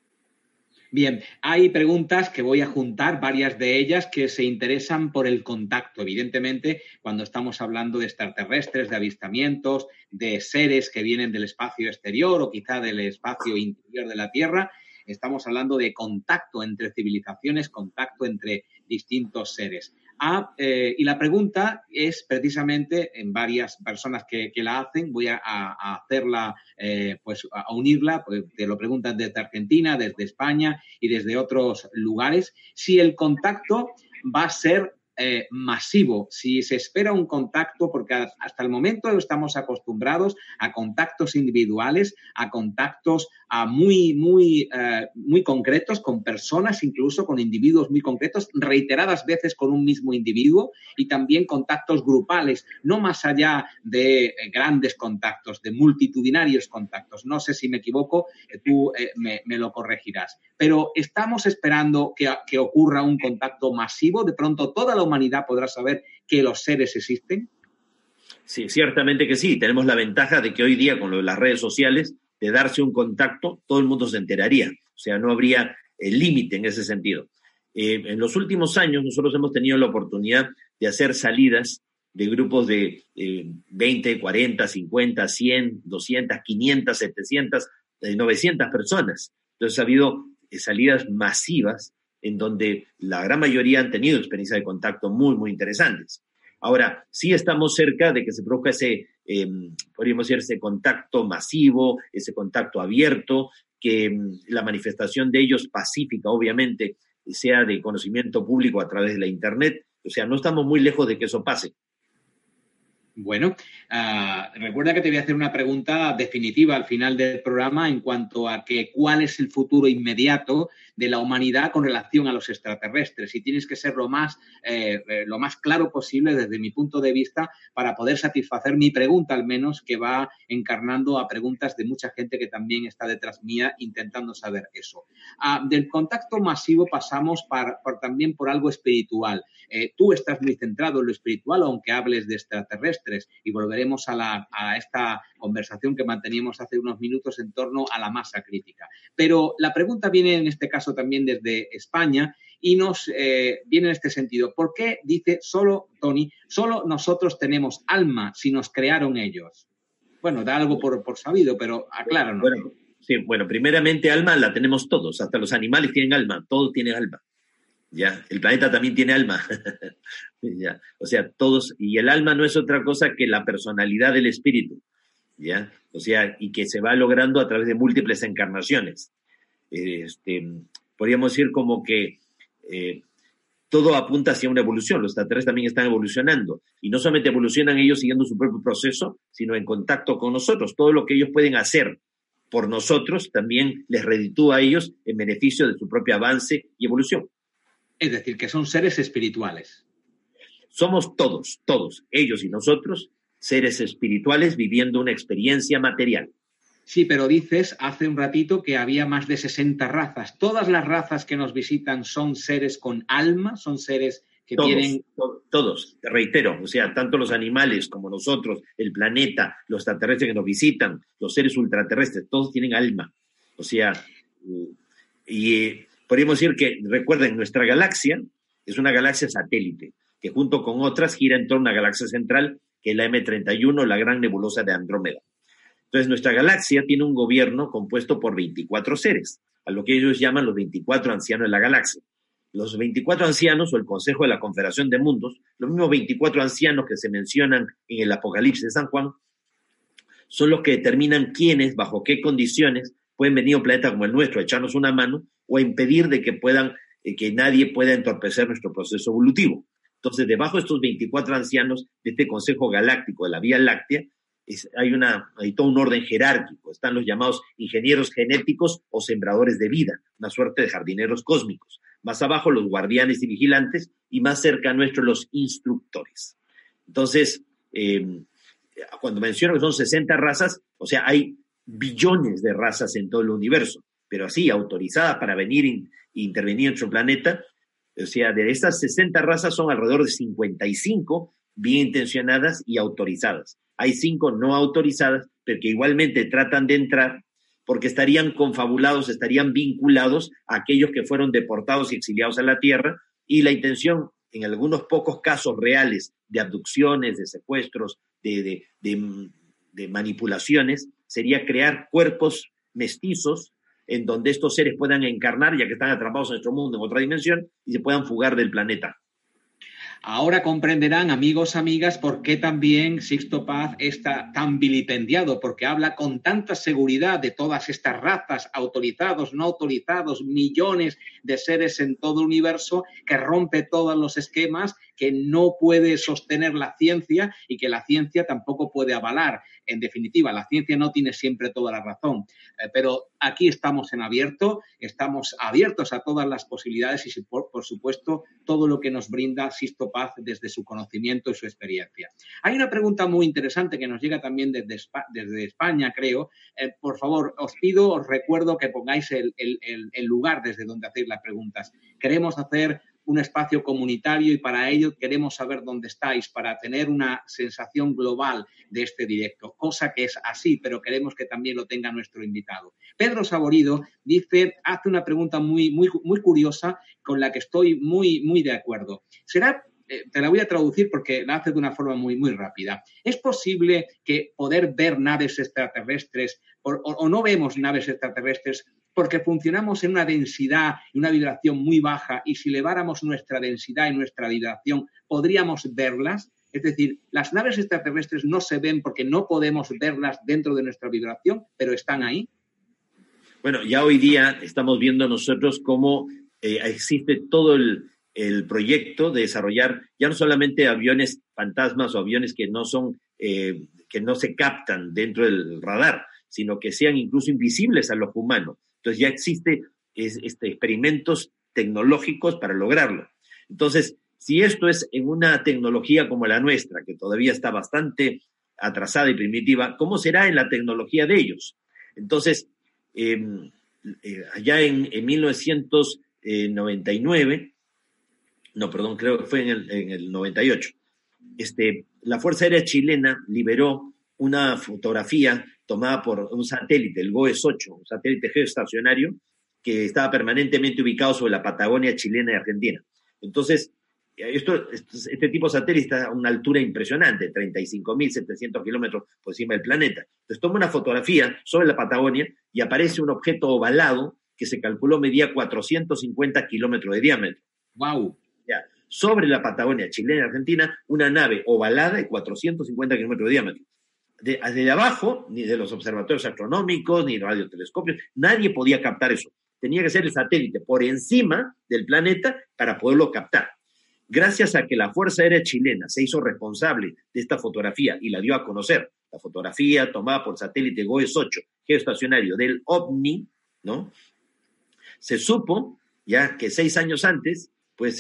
Bien, hay preguntas que voy a juntar, varias de ellas que se interesan por el contacto. Evidentemente, cuando estamos hablando de extraterrestres, de avistamientos, de seres que vienen del espacio exterior o quizá del espacio interior de la Tierra, estamos hablando de contacto entre civilizaciones, contacto entre distintos seres. Y la pregunta es precisamente en varias personas que la hacen, voy a hacerla, a unirla, te lo preguntan desde Argentina, desde España y desde otros lugares, si el contacto va a ser masivo, si se espera un contacto, porque hasta el momento estamos acostumbrados a contactos individuales, a contactos muy concretos, con personas, incluso con individuos muy concretos, reiteradas veces con un mismo individuo, y también contactos grupales, no más allá de grandes contactos, de multitudinarios contactos. No sé si me equivoco, tú me lo corregirás. Pero estamos esperando que ocurra un contacto masivo. De pronto toda la humanidad podrá saber que los seres existen. Sí, ciertamente que sí. Tenemos la ventaja de que hoy día, con lo de las redes sociales, de darse un contacto, todo el mundo se enteraría. O sea, no habría límite en ese sentido. En los últimos años nosotros hemos tenido la oportunidad de hacer salidas de grupos de 20, 40, 50, 100, 200, 500, 700, 900 personas. Entonces ha habido salidas masivas en donde la gran mayoría han tenido experiencias de contacto muy, muy interesantes. Ahora, sí estamos cerca de que se produzca ese, podríamos decir, ese contacto masivo, ese contacto abierto, que la manifestación de ellos pacífica, obviamente, sea de conocimiento público a través de la Internet. O sea, no estamos muy lejos de que eso pase. Bueno, recuerda que te voy a hacer una pregunta definitiva al final del programa en cuanto a cuál es el futuro inmediato de la humanidad con relación a los extraterrestres, y tienes que ser lo más claro posible desde mi punto de vista para poder satisfacer mi pregunta, al menos, que va encarnando a preguntas de mucha gente que también está detrás mía intentando saber eso. Del contacto masivo pasamos también por algo espiritual. Tú estás muy centrado en lo espiritual, aunque hables de extraterrestres, y volveremos a esta conversación que manteníamos hace unos minutos en torno a la masa crítica. Pero la pregunta viene en este caso también desde España y nos viene en este sentido. ¿Por qué dice Tony, solo nosotros tenemos alma si nos crearon ellos? Bueno, da algo por sabido, pero acláranos. Bueno, primeramente alma la tenemos todos, hasta los animales tienen alma, todos tienen alma. Ya, el planeta también tiene alma. Ya, o sea, todos, y el alma no es otra cosa que la personalidad del espíritu, ya, o sea, y que se va logrando a través de múltiples encarnaciones. Podríamos decir como que todo apunta hacia una evolución. Los extraterrestres también están evolucionando, y no solamente evolucionan ellos siguiendo su propio proceso, sino en contacto con nosotros. Todo lo que ellos pueden hacer por nosotros también les reditúa a ellos en beneficio de su propio avance y evolución. Es decir, que son seres espirituales. Somos todos, ellos y nosotros, seres espirituales viviendo una experiencia material. Sí, pero dices hace un ratito que había más de 60 razas. ¿Todas las razas que nos visitan son seres con alma? ¿Son seres que tienen...? Todos, te reitero, o sea, tanto los animales como nosotros, el planeta, los extraterrestres que nos visitan, los seres ultraterrestres, todos tienen alma. O sea, podríamos decir que, recuerden, nuestra galaxia es una galaxia satélite, que junto con otras gira en torno a una galaxia central, que es la M31, la gran nebulosa de Andrómeda. Entonces, nuestra galaxia tiene un gobierno compuesto por 24 seres, a lo que ellos llaman los 24 ancianos de la galaxia. Los 24 ancianos, o el Consejo de la Confederación de Mundos, los mismos 24 ancianos que se mencionan en el Apocalipsis de San Juan, son los que determinan quiénes, bajo qué condiciones, pueden venir a un planeta como el nuestro a echarnos una mano o a impedir de que nadie pueda entorpecer nuestro proceso evolutivo. Entonces, debajo de estos 24 ancianos de este Consejo Galáctico de la Vía Láctea, hay todo un orden jerárquico. Están los llamados ingenieros genéticos o sembradores de vida, una suerte de jardineros cósmicos. Más abajo, los guardianes y vigilantes, y más cerca nuestro, los instructores. Entonces, cuando menciono que son 60 razas, o sea, hay billones de razas en todo el universo, pero así, autorizadas para venir e intervenir en nuestro planeta. O sea, de estas 60 razas son alrededor de 55 bien intencionadas y autorizadas. Hay 5 no autorizadas, pero que igualmente tratan de entrar porque estarían confabulados, estarían vinculados a aquellos que fueron deportados y exiliados a la Tierra, y la intención, en algunos pocos casos reales de abducciones, de secuestros, de manipulaciones, sería crear cuerpos mestizos en donde estos seres puedan encarnar, ya que están atrapados en nuestro mundo, en otra dimensión, y se puedan fugar del planeta. Ahora comprenderán, amigos, amigas, por qué también Sixto Paz está tan vilipendiado, porque habla con tanta seguridad de todas estas razas, autorizados, no autorizados, millones de seres en todo el universo, que rompe todos los esquemas, que no puede sostener la ciencia y que la ciencia tampoco puede avalar. En definitiva, la ciencia no tiene siempre toda la razón, pero aquí estamos estamos abiertos a todas las posibilidades y, por supuesto, todo lo que nos brinda Sixto Paz desde su conocimiento y su experiencia. Hay una pregunta muy interesante que nos llega también desde España, creo. Por favor, os recuerdo que pongáis el lugar desde donde hacéis las preguntas. Queremos hacer un espacio comunitario y para ello queremos saber dónde estáis para tener una sensación global de este directo, cosa que es así, pero queremos que también lo tenga nuestro invitado. Pedro Saborido hace una pregunta muy, muy, muy curiosa con la que estoy muy, muy de acuerdo. Te la voy a traducir porque la hace de una forma muy, muy rápida. ¿Es posible que poder ver naves extraterrestres o no vemos naves extraterrestres porque funcionamos en una densidad y una vibración muy baja y si eleváramos nuestra densidad y nuestra vibración podríamos verlas? Es decir, las naves extraterrestres no se ven porque no podemos verlas dentro de nuestra vibración, pero están ahí. Bueno, ya hoy día estamos viendo nosotros cómo existe todo el proyecto de desarrollar ya no solamente aviones fantasmas o aviones que no se captan dentro del radar, sino que sean incluso invisibles a los humanos. Entonces ya existe experimentos tecnológicos para lograrlo. Entonces, si esto es en una tecnología como la nuestra, que todavía está bastante atrasada y primitiva, ¿cómo será en la tecnología de ellos? Entonces, allá en 1999, creo que fue en el 98, la Fuerza Aérea Chilena liberó una fotografía tomada por un satélite, el GOES-8, un satélite geoestacionario que estaba permanentemente ubicado sobre la Patagonia chilena y argentina. Entonces, este tipo de satélite está a una altura impresionante, 35.700 kilómetros por encima del planeta. Entonces toma una fotografía sobre la Patagonia y aparece un objeto ovalado que se calculó medía 450 kilómetros de diámetro. ¡Wow! Ya. Sobre la Patagonia chilena y argentina, una nave ovalada de 450 kilómetros de diámetro. Desde abajo, ni de los observatorios astronómicos, ni radiotelescopios, nadie podía captar eso. Tenía que ser el satélite por encima del planeta para poderlo captar. Gracias a que la Fuerza Aérea Chilena se hizo responsable de esta fotografía y la dio a conocer, la fotografía tomada por satélite GOES-8, geoestacionario del OVNI, ¿no? Se supo ya que 6 años antes, pues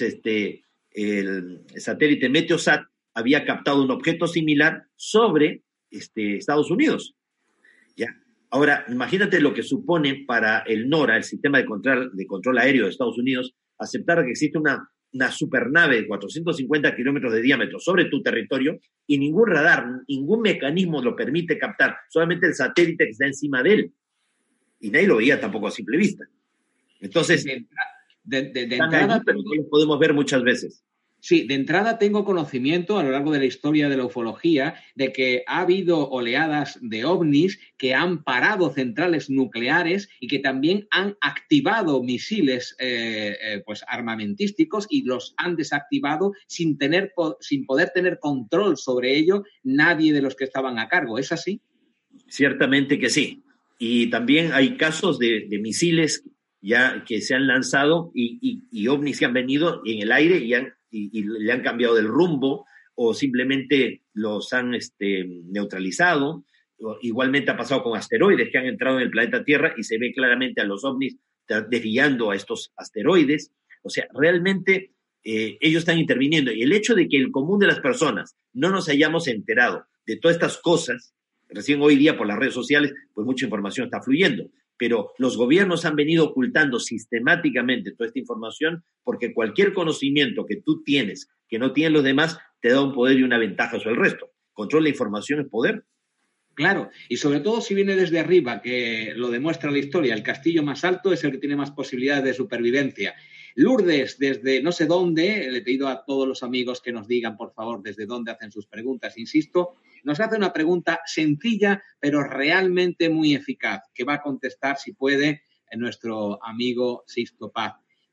el satélite Meteosat había captado un objeto similar sobre Estados Unidos. ¿Ya? Ahora, imagínate lo que supone para el NORAD, el sistema de control aéreo de Estados Unidos, aceptar que existe una supernave de 450 kilómetros de diámetro sobre tu territorio y ningún radar, ningún mecanismo lo permite captar, solamente el satélite que está encima de él. Y nadie lo veía tampoco a simple vista. Entonces, de entrada, pero no lo podemos ver muchas veces. Sí, de entrada tengo conocimiento a lo largo de la historia de la ufología de que ha habido oleadas de ovnis que han parado centrales nucleares y que también han activado misiles armamentísticos y los han desactivado sin poder tener control sobre ello nadie de los que estaban a cargo. ¿Es así? Ciertamente que sí. Y también hay casos de misiles ya que se han lanzado y ovnis que han venido en el aire y le han cambiado del rumbo o simplemente los han neutralizado. Igualmente ha pasado con asteroides que han entrado en el planeta Tierra y se ve claramente a los ovnis desviando a estos asteroides. O sea, realmente ellos están interviniendo. Y el hecho de que el común de las personas no nos hayamos enterado de todas estas cosas, recién hoy día por las redes sociales, pues mucha información está fluyendo. Pero los gobiernos han venido ocultando sistemáticamente toda esta información porque cualquier conocimiento que tú tienes, que no tienen los demás, te da un poder y una ventaja sobre el resto. Control de la información es poder. Claro, y sobre todo si viene desde arriba, que lo demuestra la historia, el castillo más alto es el que tiene más posibilidades de supervivencia. Lourdes, desde no sé dónde, le he pedido a todos los amigos que nos digan, por favor, desde dónde hacen sus preguntas, insisto, nos hace una pregunta sencilla, pero realmente muy eficaz, que va a contestar, si puede, nuestro amigo Sixto Paz.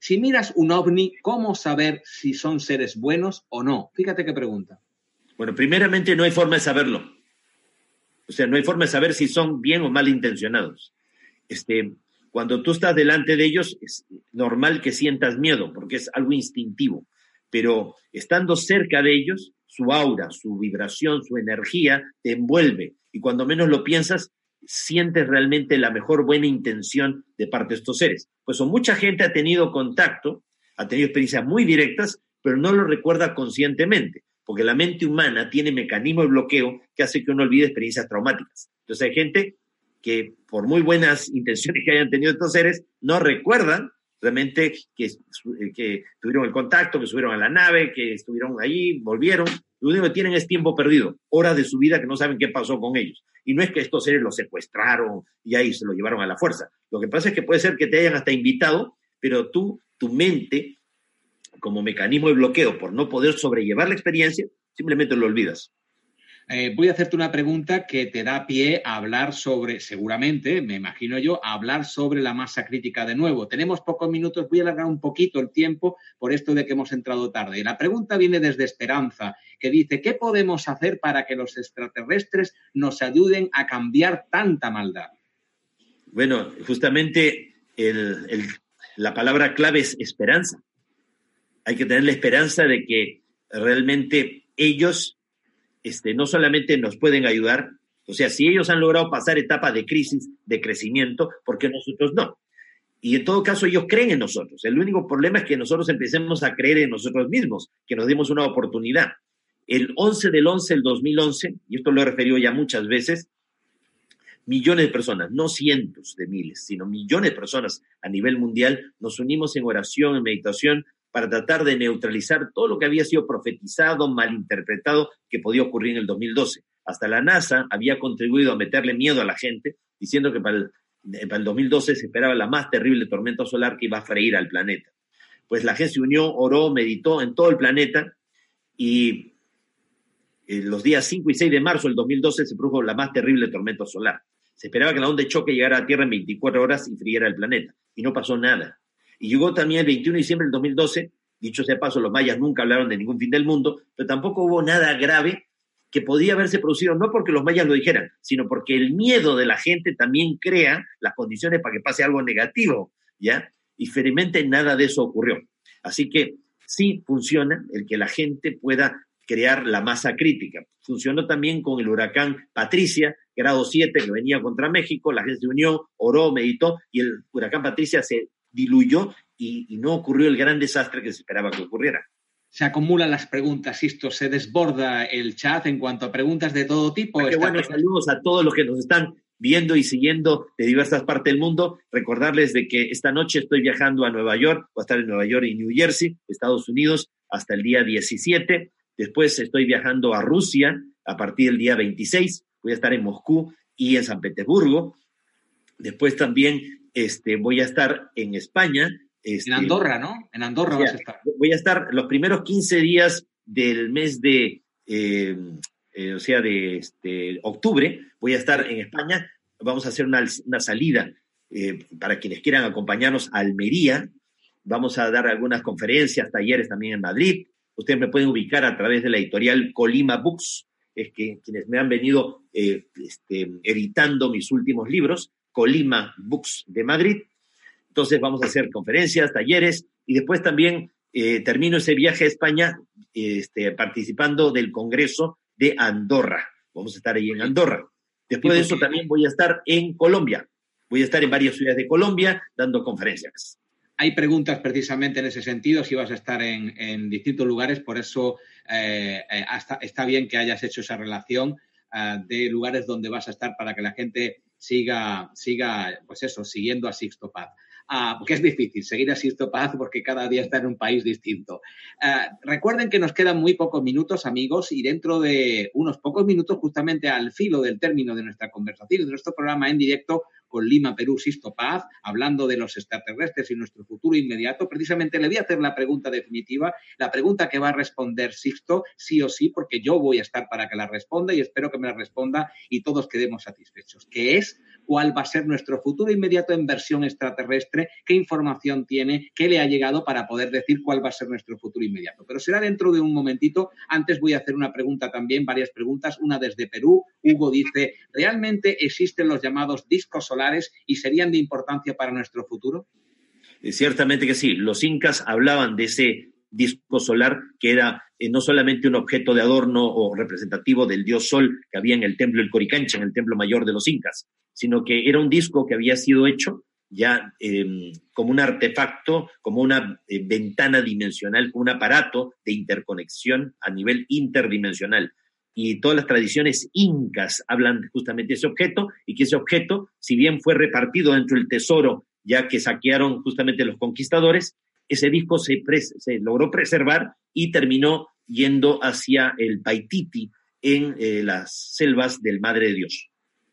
Si miras un ovni, ¿cómo saber si son seres buenos o no? Fíjate qué pregunta. Bueno, primeramente no hay forma de saberlo. O sea, no hay forma de saber si son bien o mal intencionados. Cuando tú estás delante de ellos, es normal que sientas miedo, porque es algo instintivo. Pero estando cerca de ellos, su aura, su vibración, su energía te envuelve. Y cuando menos lo piensas, sientes realmente la mejor buena intención de parte de estos seres. Pues mucha gente ha tenido contacto, ha tenido experiencias muy directas, pero no lo recuerda conscientemente, porque la mente humana tiene mecanismos de bloqueo que hace que uno olvide experiencias traumáticas. Entonces hay gente que, por muy buenas intenciones que hayan tenido estos seres, no recuerdan realmente que tuvieron el contacto, que subieron a la nave, que estuvieron ahí, volvieron. Lo único que tienen es tiempo perdido, horas de su vida que no saben qué pasó con ellos. Y no es que estos seres los secuestraron y ahí se los llevaron a la fuerza. Lo que pasa es que puede ser que te hayan hasta invitado, pero tu mente, como mecanismo de bloqueo por no poder sobrellevar la experiencia, simplemente lo olvidas. Voy a hacerte una pregunta que te da pie a hablar sobre, seguramente, me imagino yo, a hablar sobre la masa crítica de nuevo. Tenemos pocos minutos, voy a alargar un poquito el tiempo por esto de que hemos entrado tarde. Y la pregunta viene desde Esperanza, que dice, ¿qué podemos hacer para que los extraterrestres nos ayuden a cambiar tanta maldad? Bueno, justamente la palabra clave es esperanza. Hay que tener la esperanza de que realmente ellos no solamente nos pueden ayudar, o sea, si ellos han logrado pasar etapas de crisis, de crecimiento, ¿por qué nosotros no? Y en todo caso ellos creen en nosotros. El único problema es que nosotros empecemos a creer en nosotros mismos, que nos demos una oportunidad. El 11 del 11 del 2011, y esto lo he referido ya muchas veces, millones de personas, no cientos de miles, sino millones de personas a nivel mundial, nos unimos en oración, en meditación, para tratar de neutralizar todo lo que había sido profetizado, malinterpretado, que podía ocurrir en el 2012. Hasta la NASA había contribuido a meterle miedo a la gente, diciendo que para el 2012 se esperaba la más terrible tormenta solar que iba a freír al planeta. Pues la gente se unió, oró, meditó en todo el planeta, y los días 5 y 6 de marzo del 2012 se produjo la más terrible tormenta solar. Se esperaba que la onda de choque llegara a Tierra en 24 horas y friera el planeta, y no pasó nada. Y llegó también el 21 de diciembre del 2012, dicho sea paso, los mayas nunca hablaron de ningún fin del mundo, pero tampoco hubo nada grave que podía haberse producido, no porque los mayas lo dijeran, sino porque el miedo de la gente también crea las condiciones para que pase algo negativo, ¿ya? Y felizmente nada de eso ocurrió. Así que sí funciona el que la gente pueda crear la masa crítica. Funcionó también con el huracán Patricia, grado 7, que venía contra México, la gente se unió, oró, meditó, y el huracán Patricia se diluyó y no ocurrió el gran desastre que se esperaba que ocurriera. Se acumulan las preguntas, Sisto, se desborda el chat en cuanto a preguntas de todo tipo. Qué bueno, saludos a todos los que nos están viendo y siguiendo de diversas partes del mundo. Recordarles de que esta noche estoy viajando a Nueva York, voy a estar en Nueva York y New Jersey, Estados Unidos, hasta el día 17. Después estoy viajando a Rusia a partir del día 26. Voy a estar en Moscú y en San Petersburgo. Después también voy a estar en España. En Andorra, ¿no? En Andorra vas a estar. Voy a estar los primeros 15 días del mes de octubre. Voy a estar en España. Vamos a hacer una salida para quienes quieran acompañarnos a Almería. Vamos a dar algunas conferencias, talleres también en Madrid. Ustedes me pueden ubicar a través de la editorial Colima Books, es que quienes me han venido editando mis últimos libros, Colima Books de Madrid. Entonces vamos a hacer conferencias, talleres, y después también termino ese viaje a España participando del Congreso de Andorra. Vamos a estar ahí en Andorra. Después de eso también voy a estar en Colombia. Voy a estar en varias ciudades de Colombia dando conferencias. Hay preguntas precisamente en ese sentido, si vas a estar en distintos lugares, por eso está bien que hayas hecho esa relación de lugares donde vas a estar para que la gente siga pues eso, siguiendo a Sixto Paz. Porque es difícil seguir a Sixto Paz porque cada día está en un país distinto. Recuerden que nos quedan muy pocos minutos, amigos, y dentro de unos pocos minutos, justamente al filo del término de nuestra conversación y de nuestro programa en directo, con Lima, Perú, Sixto Paz, hablando de los extraterrestres y nuestro futuro inmediato. Precisamente le voy a hacer la pregunta definitiva, la pregunta que va a responder Sixto, sí o sí, porque yo voy a estar para que la responda y espero que me la responda y todos quedemos satisfechos, que es cuál va a ser nuestro futuro inmediato en versión extraterrestre, qué información tiene, qué le ha llegado para poder decir cuál va a ser nuestro futuro inmediato. Pero será dentro de un momentito. Antes voy a hacer una pregunta también, varias preguntas, una desde Perú. Hugo dice, ¿realmente existen los llamados discos solares y serían de importancia para nuestro futuro? Ciertamente que sí. Los incas hablaban de ese disco solar que era no solamente un objeto de adorno o representativo del dios Sol que había en el templo del Coricancha, en el templo mayor de los incas, sino que era un disco que había sido hecho ya como un artefacto, como una ventana dimensional, como un aparato de interconexión a nivel interdimensional. Y todas las tradiciones incas hablan justamente de ese objeto, y que ese objeto, si bien fue repartido dentro del tesoro ya que saquearon justamente los conquistadores, ese disco se logró preservar y terminó yendo hacia el Paititi en las selvas del Madre de Dios.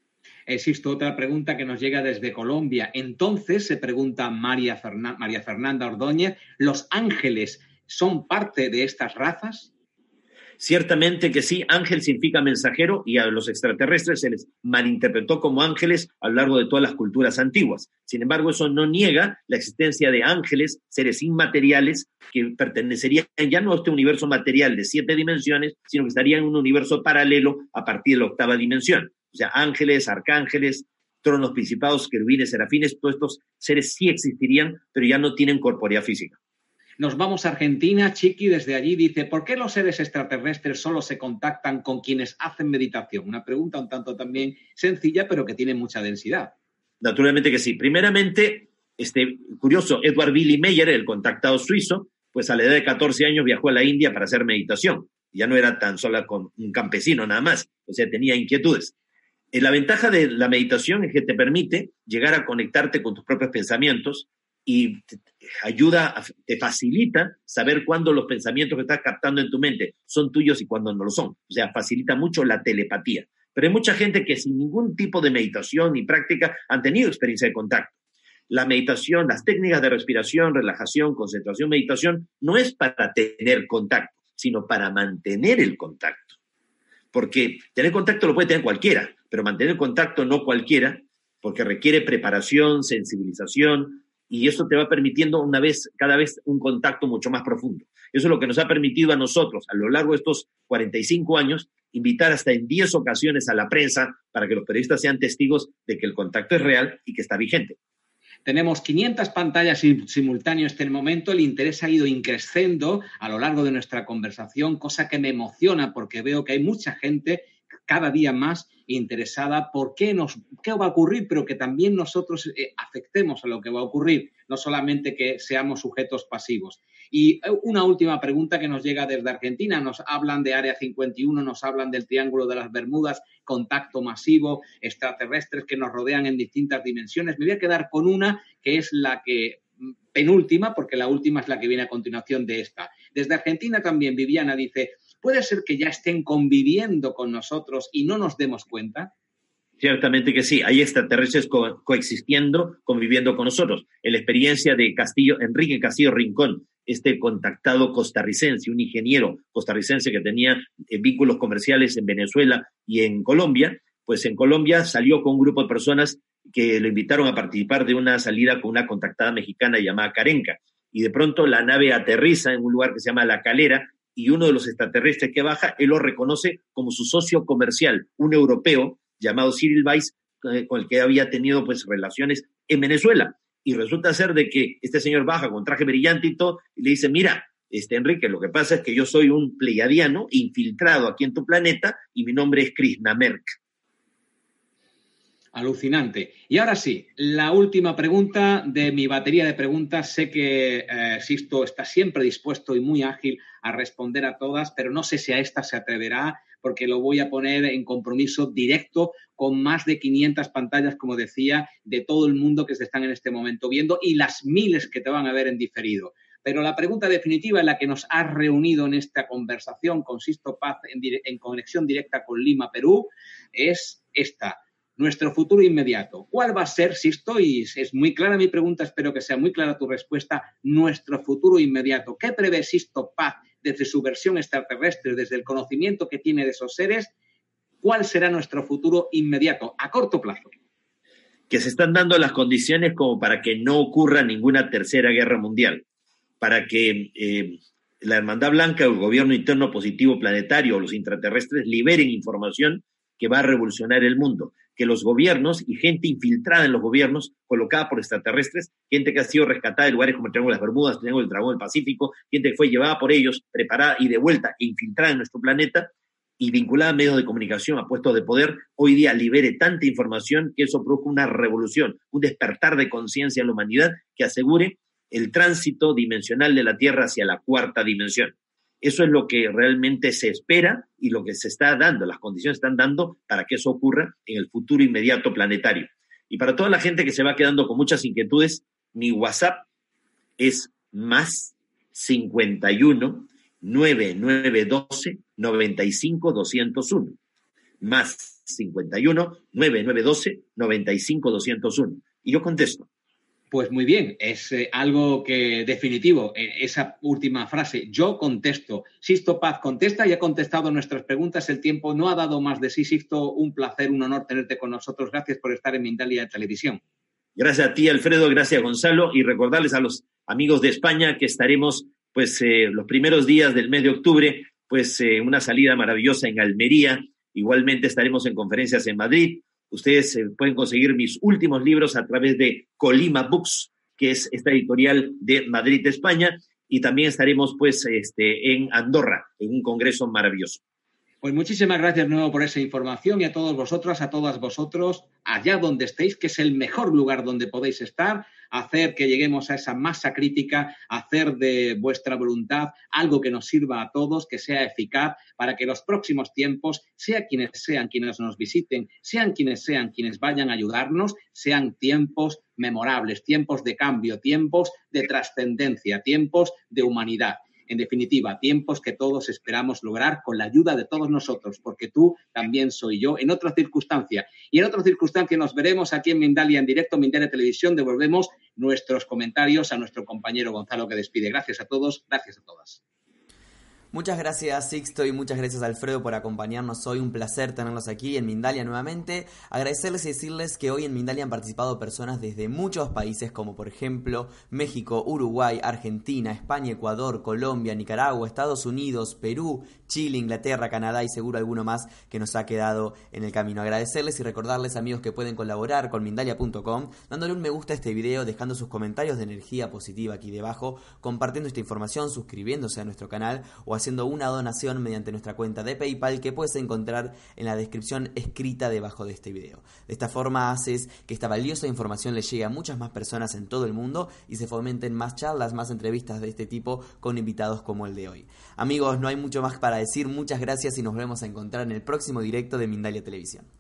Existe otra pregunta que nos llega desde Colombia. Entonces, se pregunta María Fernanda Ordóñez, ¿los ángeles son parte de estas razas? Ciertamente que sí, ángel significa mensajero y a los extraterrestres se les malinterpretó como ángeles a lo largo de todas las culturas antiguas. Sin embargo, eso no niega la existencia de ángeles, seres inmateriales que pertenecerían ya no a este universo material de 7 dimensiones, sino que estarían en un universo paralelo a partir de la 8ª dimensión. O sea, ángeles, arcángeles, tronos, principados, querubines, serafines, todos estos seres sí existirían, pero ya no tienen corporeidad física. Nos vamos a Argentina. Chiqui desde allí dice, ¿por qué los seres extraterrestres solo se contactan con quienes hacen meditación? Una pregunta un tanto también sencilla, pero que tiene mucha densidad. Naturalmente que sí. Primeramente, curioso, Edward Billy Meyer, el contactado suizo, pues a la edad de 14 años viajó a la India para hacer meditación. Ya no era tan solo con un campesino nada más, o sea, tenía inquietudes. La ventaja de la meditación es que te permite llegar a conectarte con tus propios pensamientos y te facilita saber cuándo los pensamientos que estás captando en tu mente son tuyos y cuándo no lo son. O sea, facilita mucho la telepatía. Pero hay mucha gente que sin ningún tipo de meditación ni práctica han tenido experiencia de contacto. La meditación, las técnicas de respiración, relajación, concentración, meditación, no es para tener contacto, sino para mantener el contacto. Porque tener contacto lo puede tener cualquiera, pero mantener contacto no cualquiera, porque requiere preparación, sensibilización, y eso te va permitiendo cada vez un contacto mucho más profundo. Eso es lo que nos ha permitido a nosotros, a lo largo de estos 45 años, invitar hasta en 10 ocasiones a la prensa para que los periodistas sean testigos de que el contacto es real y que está vigente. Tenemos 500 pantallas simultáneas en el momento. El interés ha ido increciendo a lo largo de nuestra conversación, cosa que me emociona porque veo que hay mucha gente cada día más interesada por qué va a ocurrir, pero que también nosotros afectemos a lo que va a ocurrir, no solamente que seamos sujetos pasivos. Y una última pregunta que nos llega desde Argentina. Nos hablan de Área 51, nos hablan del Triángulo de las Bermudas, contacto masivo, extraterrestres que nos rodean en distintas dimensiones. Me voy a quedar con una que es la que penúltima, porque la última es la que viene a continuación de esta. Desde Argentina también Viviana dice, ¿puede ser que ya estén conviviendo con nosotros y no nos demos cuenta? Ciertamente que sí, hay extraterrestres coexistiendo, conviviendo con nosotros. En la experiencia de Enrique Castillo Rincón, contactado costarricense, un ingeniero costarricense que tenía vínculos comerciales en Venezuela y en Colombia, pues en Colombia salió con un grupo de personas que lo invitaron a participar de una salida con una contactada mexicana llamada Carenca. Y de pronto la nave aterriza en un lugar que se llama La Calera, y uno de los extraterrestres que baja, él lo reconoce como su socio comercial, un europeo llamado Cyril Weiss, con el que había tenido pues relaciones en Venezuela. Y resulta ser de que este señor baja con traje brillante y todo, y le dice, mira, Enrique, lo que pasa es que yo soy un pleiadiano infiltrado aquí en tu planeta y mi nombre es Krishnamerk. Alucinante. Y ahora sí, la última pregunta de mi batería de preguntas. Sé que Sixto está siempre dispuesto y muy ágil a responder a todas, pero no sé si a esta se atreverá, porque lo voy a poner en compromiso directo con más de 500 pantallas, como decía, de todo el mundo que se están en este momento viendo y las miles que te van a ver en diferido. Pero la pregunta definitiva en la que nos ha reunido en esta conversación con Sixto Paz en conexión directa con Lima, Perú, es esta. nuestro futuro inmediato. ¿Cuál va a ser, Sixto? Y es muy clara mi pregunta, espero que sea muy clara tu respuesta. Nuestro futuro inmediato. ¿Qué prevé Sixto Paz desde su versión extraterrestre, desde el conocimiento que tiene de esos seres? ¿Cuál será nuestro futuro inmediato, a corto plazo? Que se están dando las condiciones como para que no ocurra ninguna tercera guerra mundial, para que la Hermandad Blanca, el gobierno interno positivo planetario o los intraterrestres liberen información que va a revolucionar el mundo, que los gobiernos y gente infiltrada en los gobiernos, colocada por extraterrestres, gente que ha sido rescatada de lugares como el Triángulo de las Bermudas, el Triángulo del Dragón del Pacífico, gente que fue llevada por ellos, preparada y de vuelta e infiltrada en nuestro planeta y vinculada a medios de comunicación, a puestos de poder, hoy día libere tanta información que eso produzca una revolución, un despertar de conciencia en la humanidad que asegure el tránsito dimensional de la Tierra hacia la cuarta dimensión. Eso es lo que realmente se espera y lo que se está dando, las condiciones están dando para que eso ocurra en el futuro inmediato planetario. Y para toda la gente que se va quedando con muchas inquietudes, mi WhatsApp es más 51 9912 95 201. Más 51 9912 95 201. Y yo contesto. Pues muy bien, es algo que definitivo, esa última frase, yo contesto. Sixto Paz contesta y ha contestado nuestras preguntas, el tiempo no ha dado más de sí. Sixto, un placer, un honor tenerte con nosotros, gracias por estar en Mindalia Televisión. Gracias a ti, Alfredo, gracias, Gonzalo, y recordarles a los amigos de España que estaremos los primeros días del mes de octubre, una salida maravillosa en Almería, igualmente estaremos en conferencias en Madrid. Ustedes pueden conseguir mis últimos libros a través de Colima Books, que es esta editorial de Madrid, España, y también estaremos en Andorra, en un congreso maravilloso. Pues muchísimas gracias de nuevo por esa información y a todos vosotras, a todas vosotros, allá donde estéis, que es el mejor lugar donde podéis estar, hacer que lleguemos a esa masa crítica, hacer de vuestra voluntad algo que nos sirva a todos, que sea eficaz para que los próximos tiempos, sean quienes nos visiten, sean quienes vayan a ayudarnos, sean tiempos memorables, tiempos de cambio, tiempos de trascendencia, tiempos de humanidad. En definitiva, tiempos que todos esperamos lograr con la ayuda de todos nosotros, porque tú también soy yo en otra circunstancia. Y en otra circunstancia nos veremos aquí en Mindalia en directo, Mindalia Televisión. Devolvemos nuestros comentarios a nuestro compañero Gonzalo, que despide. Gracias a todos, gracias a todas. Muchas gracias, Sixto, y muchas gracias, Alfredo, por acompañarnos hoy. Un placer tenerlos aquí en Mindalia nuevamente. Agradecerles y decirles que hoy en Mindalia han participado personas desde muchos países, como por ejemplo México, Uruguay, Argentina, España, Ecuador, Colombia, Nicaragua, Estados Unidos, Perú, Chile, Inglaterra, Canadá y seguro alguno más que nos ha quedado en el camino. Agradecerles y recordarles, amigos, que pueden colaborar con Mindalia.com dándole un me gusta a este video, dejando sus comentarios de energía positiva aquí debajo, compartiendo esta información, suscribiéndose a nuestro canal o haciendo una donación mediante nuestra cuenta de PayPal que puedes encontrar en la descripción escrita debajo de este video. De esta forma haces que esta valiosa información le llegue a muchas más personas en todo el mundo y se fomenten más charlas, más entrevistas de este tipo con invitados como el de hoy. Amigos, no hay mucho más para decir. Muchas gracias y nos volvemos a encontrar en el próximo directo de Mindalia Televisión.